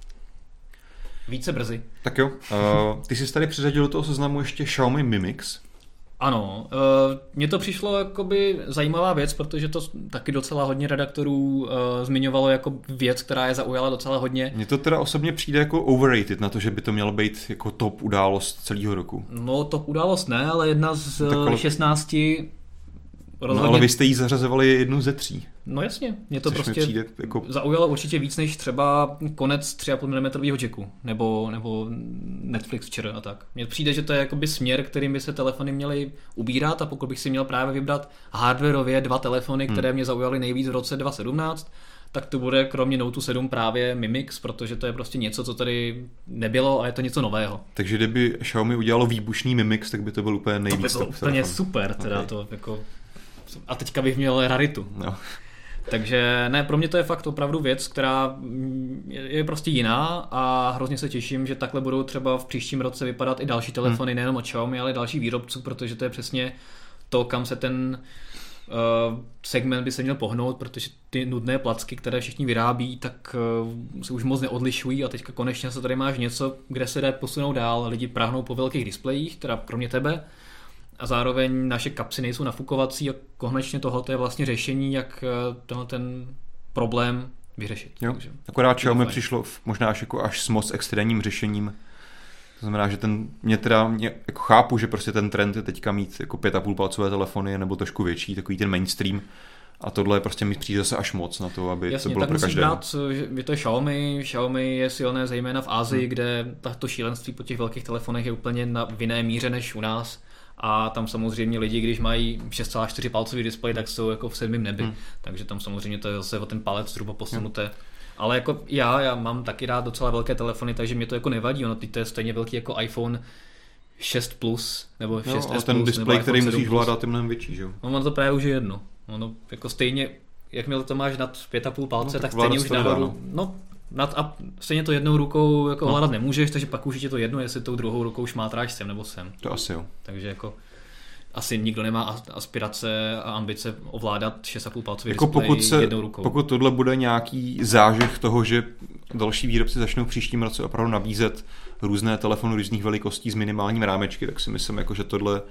Více brzy. Tak jo, ty jsi tady přiřadil do toho seznamu ještě Xiaomi Mi Mix. Ano, mně to přišlo jakoby zajímavá věc, protože to taky docela hodně redaktorů zmiňovalo jako věc, která je zaujala docela hodně. Mně to teda osobně přijde jako overrated na to, že by to mělo být jako top událost celého roku. No top událost ne, ale jedna z 16 rozhodně... No ale vy jste jí zařazovali jednu ze 3. No jasně, mě to prostě jako... zaujalo určitě víc než třeba konec 3,5 mm jacku, nebo Netflix včera a tak. Mně přijde, že to je jakoby směr, kterým by se telefony měly ubírat a pokud bych si měl právě vybrat hardwareově 2 telefony, které mě zaujaly nejvíc v roce 2017, tak to bude kromě Note 7 právě Mi Mix, protože to je prostě něco, co tady nebylo a je to něco nového. Takže kdyby Xiaomi udělalo výbušný Mi Mix, tak by to byl úplně nejvíc. To by bylo úplně super, teda okay. To jako... A teďka bych měl raritu. No. Takže ne, pro mě to je fakt opravdu věc, která je prostě jiná a hrozně se těším, že takhle budou třeba v příštím roce vypadat i další telefony, nejenom od Xiaomi, ale další výrobců, protože to je přesně to, kam se ten segment by se měl pohnout, protože ty nudné placky, které všichni vyrábí, tak se už moc neodlišují a teďka konečně se tady máš něco, kde se dá posunout dál. Lidi práhnou po velkých displejích, teda kromě tebe, a zároveň naše kapsy nejsou nafukovací a konečně tohle je vlastně řešení, jak ten problém vyřešit. Jo. Akorát Xiaomi přišlo možná až s moc extrémním řešením. To znamená, že mě jako chápu, že prostě ten trend je teďka mít jako 5,5 palcové telefony nebo trošku větší, takový ten mainstream. A tohle prostě mi přijde zase až moc na to, aby jasně, to bylo pro každého. Jasně, tak musím brát, že to je Xiaomi. Xiaomi je silné zejména v Asii, kde to šílenství po těch velkých telefonech je úplně v jiné míře než u nás. A tam samozřejmě lidi, když mají 6,4 palcový displej, tak jsou jako v 7. nebi. Takže tam samozřejmě to je zase o ten palec zhruba posunuté. Ale jako já mám taky rád docela velké telefony, takže mě to jako nevadí. Ono to je stejně velký jako iPhone 6 Plus nebo 6S ale ten displej, který musíš vládat, je mnohem větší, že jo? No, ono to právě už je jedno. Ono jako stejně, jakmile to máš nad 5,5 palce, tak stejně už nahoru. A stejně to jednou rukou jako ovládat nemůžeš, takže pak už je to jedno, jestli tou druhou rukou šmátráš sem nebo sem. To asi jo. Takže jako asi nikdo nemá aspirace a ambice ovládat 6,5 palcový jako displej jednou rukou. Pokud tohle bude nějaký zážeh toho, že další výrobci začnou v příštím roce opravdu nabízet různé telefony různých velikostí s minimálním rámečky, tak si myslím, jako, že tohle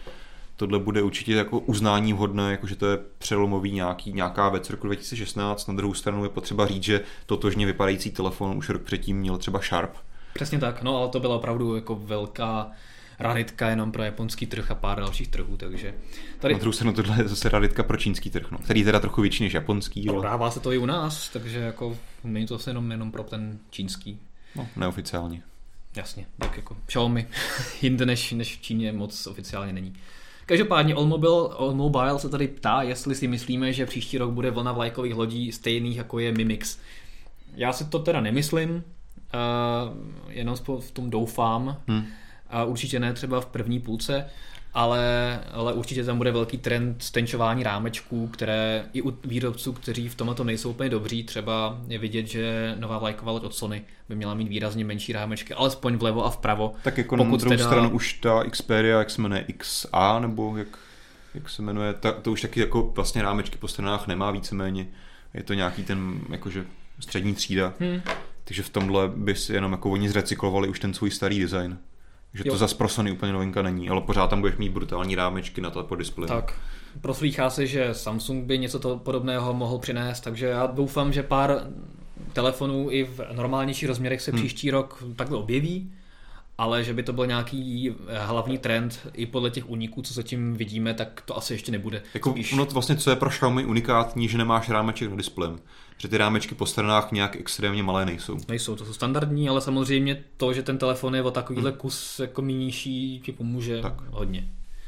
tohle bude určitě jako uznání vhodné, jakože to je přelomový nějaká věc roku 2016. Na druhou stranu je potřeba říct, že totožně vypadající telefon už rok předtím měl třeba Sharp. Přesně tak, no ale to byla opravdu jako velká raritka jenom pro japonský trh a pár dalších trhů, takže tady... Na druhou stranu tohle je zase raritka pro čínský trh, no, který teda trochu větší než japonský. Prodává se to i u nás, takže jako není to asi jenom pro ten čínský. No, neoficiálně. Jasně, tak jako Xiaomi jinde než v Číně moc oficiálně není. Každopádně Allmobile se tady ptá, jestli si myslíme, že příští rok bude vlna vlajkových lodí stejných, jako je Mi Mix. Já si to teda nemyslím, jenom v tom doufám. A určitě ne třeba v první půlce, ale určitě tam bude velký trend stenčování rámečků, které i u výrobců, kteří v tomto nejsou úplně dobří, třeba je vidět, že nová vlajková loď od Sony by měla mít výrazně menší rámečky, alespoň vlevo a vpravo. Tak jako na druhou stranu už ta Xperia, jak se jmenuje XA, nebo jak se jmenuje, to už taky jako vlastně rámečky po stranách nemá víceméně. Je to nějaký ten jakože střední třída. Takže v tomhle by si jenom jako oni zrecyklovali už ten svůj starý design. Že to zas pro Sony úplně novinka není, ale pořád tam budeš mít brutální rámečky na to po displeji. Tak, proslýchá se, že Samsung by něco podobného mohl přinést, takže já doufám, že pár telefonů i v normálnějších rozměrech se příští rok takhle objeví, ale že by to byl nějaký hlavní trend i podle těch úniků, co zatím vidíme, tak to asi ještě nebude. Jako, no to vlastně, co je pro Xiaomi unikátní, že nemáš rámeček na displeji. Že ty rámečky po stranách nějak extrémně malé nejsou. Nejsou, to jsou standardní, ale samozřejmě to, že ten telefon je o takovýhle kus jako nižší, ti pomůže hodně.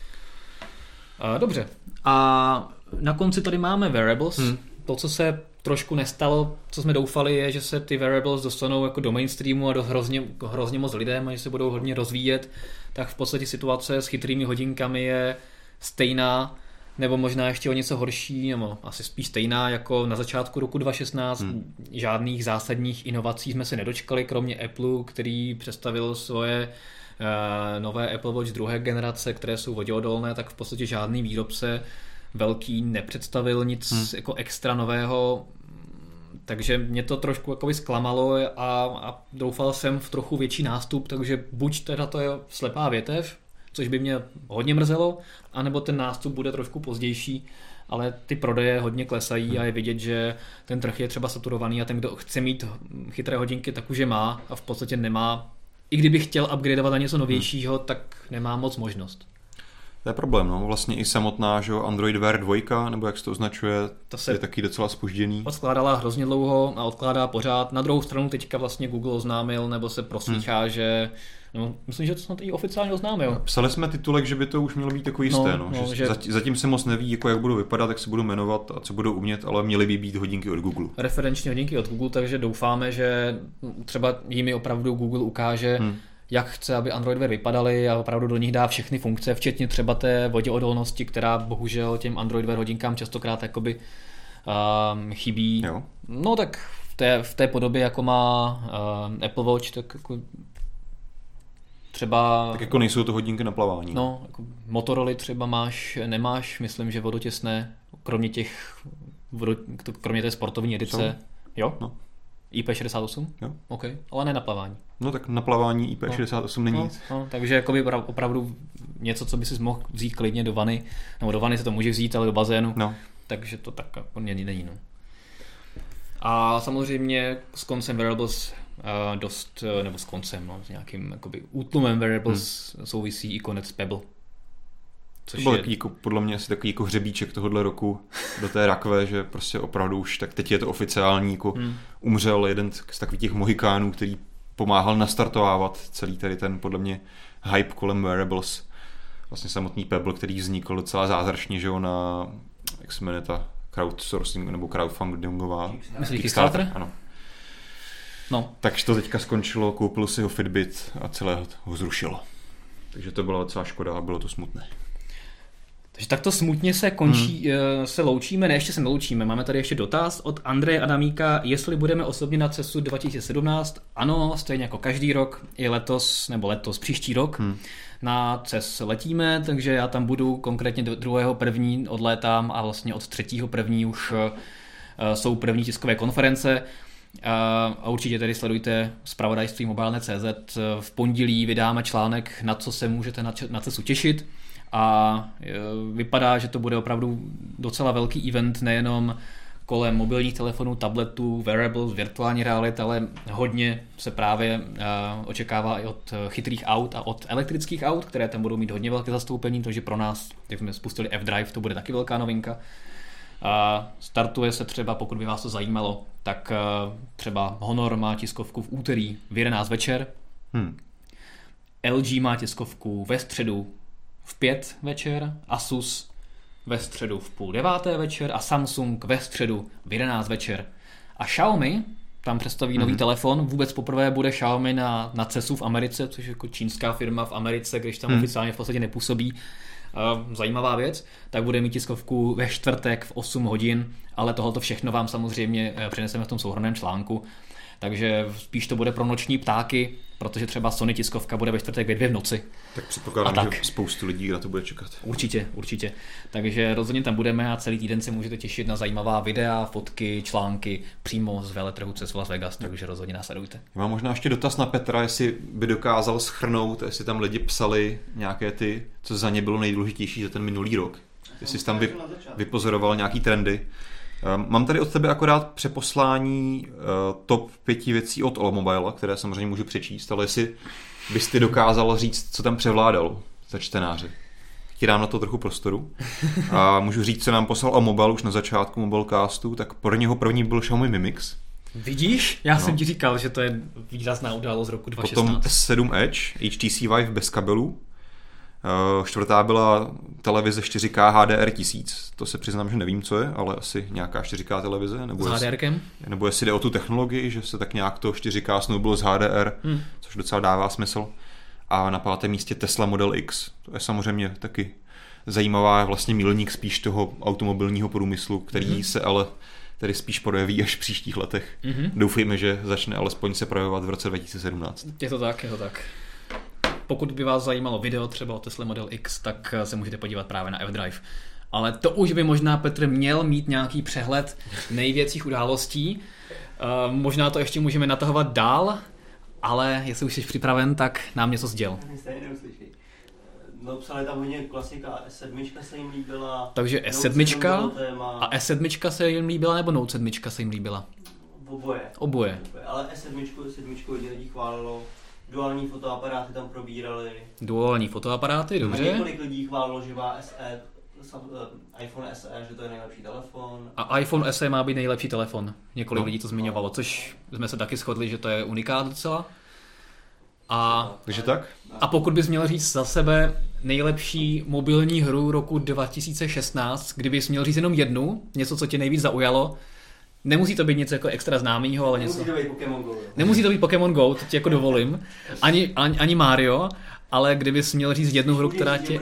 Dobře. A na konci tady máme wearables. To, co se trošku nestalo, co jsme doufali, je, že se ty wearables dostanou jako do mainstreamu a do hrozně moc lidem a že se budou hodně rozvíjet, tak v podstatě situace s chytrými hodinkami je stejná, nebo možná ještě o něco horší, nebo asi spíš stejná jako na začátku roku 2016. Žádných zásadních inovací jsme se nedočkali, kromě Apple, který představil svoje nové Apple Watch druhé generace, které jsou voděodolné, tak v podstatě žádný výrobce velký nepředstavil nic jako extra nového, takže mě to trošku jakoby zklamalo a doufal jsem v trochu větší nástup, takže buď teda to je slepá větev, což by mě hodně mrzelo, anebo ten nástup bude trošku pozdější, ale ty prodeje hodně klesají a je vidět, že ten trh je třeba saturovaný a ten, kdo chce mít chytré hodinky, tak už je má a v podstatě nemá, i kdyby chtěl upgradeovat na něco novějšího, tak nemá moc možnost. To je problém, no. Vlastně i samotná, že Android Wear 2, nebo jak se to označuje, je taky docela zpožděný. Odkládala hrozně dlouho a odkládá pořád. Na druhou stranu teďka vlastně Google oznámil, nebo se proslýchá, že no, myslím, že to snad i oficiálně oznámil. Psali jsme titulek, že by to už mělo být jako jisté, že zatím se moc neví, jako jak budou vypadat, jak se budou jmenovat a co budou umět, ale měly by být hodinky od Google. Referenční hodinky od Google, takže doufáme, že třeba jimi opravdu Google ukáže, jak chce, aby Android Wear vypadaly a opravdu do nich dá všechny funkce, včetně třeba té voděodolnosti, která bohužel těm Android Wear hodinkám častokrát jakoby chybí. Jo. No tak v té podobě, jako má Apple Watch, tak jako třeba... Tak jako nejsou to hodinky na plavání. No, jako Motorola třeba nemáš, myslím, že vodotěsné, kromě té sportovní edice. Jo? No. IP68? Jo. OK, ale ne na plavání. No tak na plavání IP68 není nic. No, takže jakoby opravdu něco, co by si mohl vzít klidně do vany, nebo do vany se to může vzít, ale do bazénu. No. Takže to tak jako není. No. A samozřejmě s koncem wearables nebo s koncem, s nějakým jakoby útlumem wearables souvisí i konec Pebble. To byl takový, jako, podle mě asi takový jako hřebíček tohohle roku do té rakve, že prostě opravdu už, tak teď je to oficiální, jako umřel jeden z takových těch mohikánů, který pomáhal nastartovávat celý tady ten, podle mě, hype kolem wearables. Vlastně samotný Pebble, který vznikl docela zázračně, že na, jak se jmenuje ta crowdsourcing nebo crowdfundingová. Myslíš Kickstarter? Ano. No. Takže to teďka skončilo, koupil si ho Fitbit a celé ho zrušilo. Takže to byla docela škoda a bylo to smutné. Takže takto smutně se končí, se loučíme, ne, ještě se neloučíme. Máme tady ještě dotaz od Andreje Adamíka, jestli budeme osobně na CESu 2017. Ano, stejně jako každý rok, i letos, příští rok. Na CES letíme, takže já tam budu konkrétně 2.1. odlétám a vlastně od 3.1. už jsou první tiskové konference. A určitě tedy sledujte zpravodajství Mobile.cz. V pondělí vydáme článek, na co se můžete na CESu těšit. a vypadá, že to bude opravdu docela velký event, nejenom kolem mobilních telefonů, tabletů, wearables, virtuální reality, ale hodně se právě očekává i od chytrých aut a od elektrických aut, které tam budou mít hodně velké zastoupení, takže pro nás, jak jsme spustili F-Drive, to bude taky velká novinka. Startuje se třeba, pokud by vás to zajímalo, tak třeba Honor má tiskovku v úterý v 11 večer, LG má tiskovku ve středu v 5 večer, Asus ve středu v 8:30 večer a Samsung ve středu v 11 večer. A Xiaomi tam představí nový telefon. Vůbec poprvé bude Xiaomi na CESu v Americe, což je jako čínská firma v Americe, když tam oficiálně v podstatě nepůsobí. Zajímavá věc. Tak bude mít tiskovku ve čtvrtek v 8 hodin, ale tohoto všechno vám samozřejmě přineseme v tom souhrnném článku. Takže spíš to bude pro noční ptáky, protože třeba Sony tiskovka bude ve čtvrtek ve 2 v noci. Tak předpokládám, že spoustu lidí na to bude čekat. Určitě. Takže rozhodně tam budeme a celý týden se můžete těšit na zajímavá videa, fotky, články přímo z veletrhu CES Las Vegas, takže rozhodně nás sledujte. Já mám možná ještě dotaz na Petra, jestli by dokázal shrnout, jestli tam lidi psali nějaké ty, co za ně bylo nejdůležitější za ten minulý rok. Jestli jsi tam vypozoroval nějaký trendy. Mám tady od tebe akorát přeposlání top 5 věcí od All-Mobile, které samozřejmě můžu přečíst, ale jestli bys ty dokázal říct, co tam převládalo za čtenáře. Ti dám na to trochu prostoru. A můžu říct, co nám poslal All-Mobile už na začátku Mobilecastu, tak pro něho první byl Xiaomi Mi Mix. Vidíš? Já jsem ti říkal, že to je výrazná událost z roku 2016. Potom S7 Edge, HTC Vive bez kabelů. Čtvrtá byla televize 4K HDR 1000, to se přiznám, že nevím, co je, ale asi nějaká 4K televize. Nebo s HDRkem? Nebo jestli jde o tu technologii, že se tak nějak to 4K snoubilo z HDR, což docela dává smysl. A na 5. místě Tesla Model X. To je samozřejmě taky zajímavá vlastně milník spíš toho automobilního průmyslu, který se ale tedy spíš projeví až v příštích letech. Doufejme, že začne alespoň se projevovat v roce 2017. Je to tak. Pokud by vás zajímalo video třeba o Tesla Model X, tak se můžete podívat právě na F-Drive. Ale to už by možná Petr měl mít nějaký přehled největších událostí. Možná to ještě můžeme natahovat dál, ale jestli už jsi připraven, tak nám něco sděl. No, psali tam hodně klasika, S7 se jim líbila. Takže S7 a S7 se jim líbila, nebo Note 7 se jim líbila? Oboje. Ale S7 hodně lidí chválilo. Duální fotoaparáty tam probírali. Duální fotoaparáty, dobře. A několik lidí chválilo, že má SE, iPhone SE, že to je nejlepší telefon. A iPhone SE má být nejlepší telefon. Několik lidí to zmiňovalo, což jsme se taky shodli, že to je unikát docela. Takže tak? A pokud bys měl říct za sebe nejlepší mobilní hru roku 2016, kdybys měl říct jenom jednu, něco, co tě nejvíc zaujalo, nemusí to být něco jako extra známýho, ale něco. Nemusí to být Pokémon Go. Nemusí to být Pokémon Go, to ti jako dovolím. Ani Mario, ale kdybys měl říct jednu hru, která tě...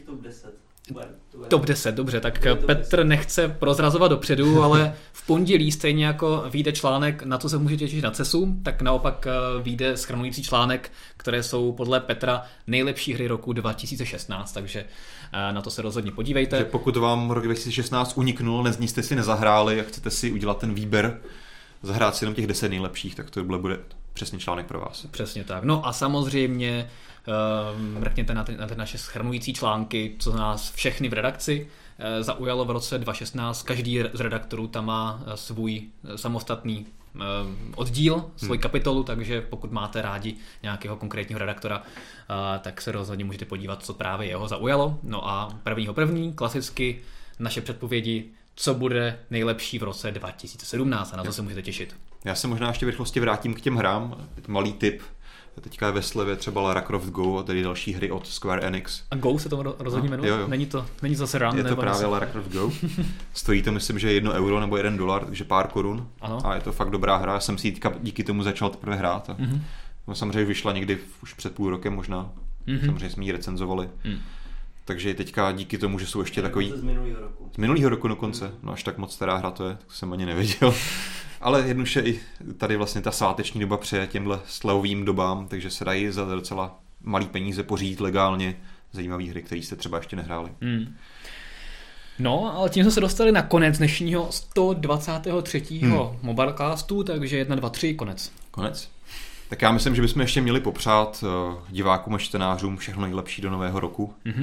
Top 10, dobře, tak Petr nechce prozrazovat dopředu, ale v pondělí stejně jako vyjde článek, na co se můžete těšit na CESu, tak naopak vyjde shrnující článek, které jsou podle Petra nejlepší hry roku 2016, takže na to se rozhodně podívejte. Že pokud vám rok 2016 uniknul, nic jste si nezahráli a chcete si udělat ten výběr, zahrát si jenom těch 10 nejlepších, tak to bude přesně článek pro vás. Přesně tak. No a samozřejmě mrkněte na ty naše shrnující články, co nás všechny v redakci zaujalo v roce 2016. Každý z redaktorů tam má svůj samostatný oddíl, svůj kapitolu, takže pokud máte rádi nějakého konkrétního redaktora, tak se rozhodně můžete podívat, co právě jeho zaujalo. No a 1.1. klasicky naše předpovědi, co bude nejlepší v roce 2017 a na to se můžete těšit. Já se možná ještě v rychlosti vrátím k těm hrám. Malý tip. Teďka je ve slevě třeba Lara Croft Go a tedy další hry od Square Enix. A Go se to rozhodně jmenuje? Jo. Není zase Run? Je to právě Lara Croft Go. Stojí to myslím, že €1 nebo $1, takže pár korun. Ano. A je to fakt dobrá hra. Já jsem si teďka díky tomu začal teprve hrát. No, samozřejmě vyšla někdy už před půl rokem možná. Samozřejmě jsme ji recenzovali. Takže teďka díky tomu, že jsou ještě takový... Z minulého roku dokonce. No až tak moc stará hra to je, tak jsem ani nevěděl. Ale jednoduše i tady vlastně ta sváteční doba přeje těmhle slevovým dobám, takže se dají za docela malý peníze pořídit legálně zajímavé hry, které jste třeba ještě nehráli. No, ale tím jsme se dostali na konec dnešního 123. Mobilecastu, takže 1, 2, 3, konec. Konec? Tak já myslím, že bychom ještě měli popřát divákům a čtenářům všechno nejlepší do nového roku.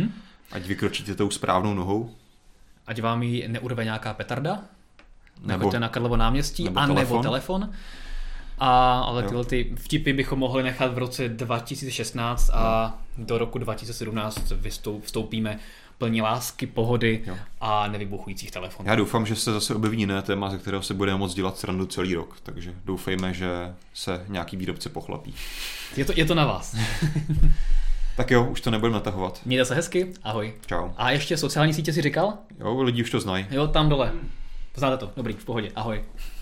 Ať vykročíte tou správnou nohou. Ať vám ji neurve nějaká petarda, nechoďte na Karlovo náměstí, nebo telefon. Ale tyhle ty vtipy bychom mohli nechat v roce 2016 a do roku 2017 vstoupíme plní lásky, pohody a nevybuchujících telefonů. Já doufám, že se zase objeví jiné téma, ze kterého se budeme moct dělat srandu celý rok, takže doufejme, že se nějaký výrobce pochlapí. Je to na vás. Tak jo, už to nebudeme natahovat. Mějte se hezky, ahoj. Čau. A ještě sociální sítě si říkal? Jo, lidi už to znají. Jo, tam dole. Znáte to, dobrý, v pohodě, ahoj.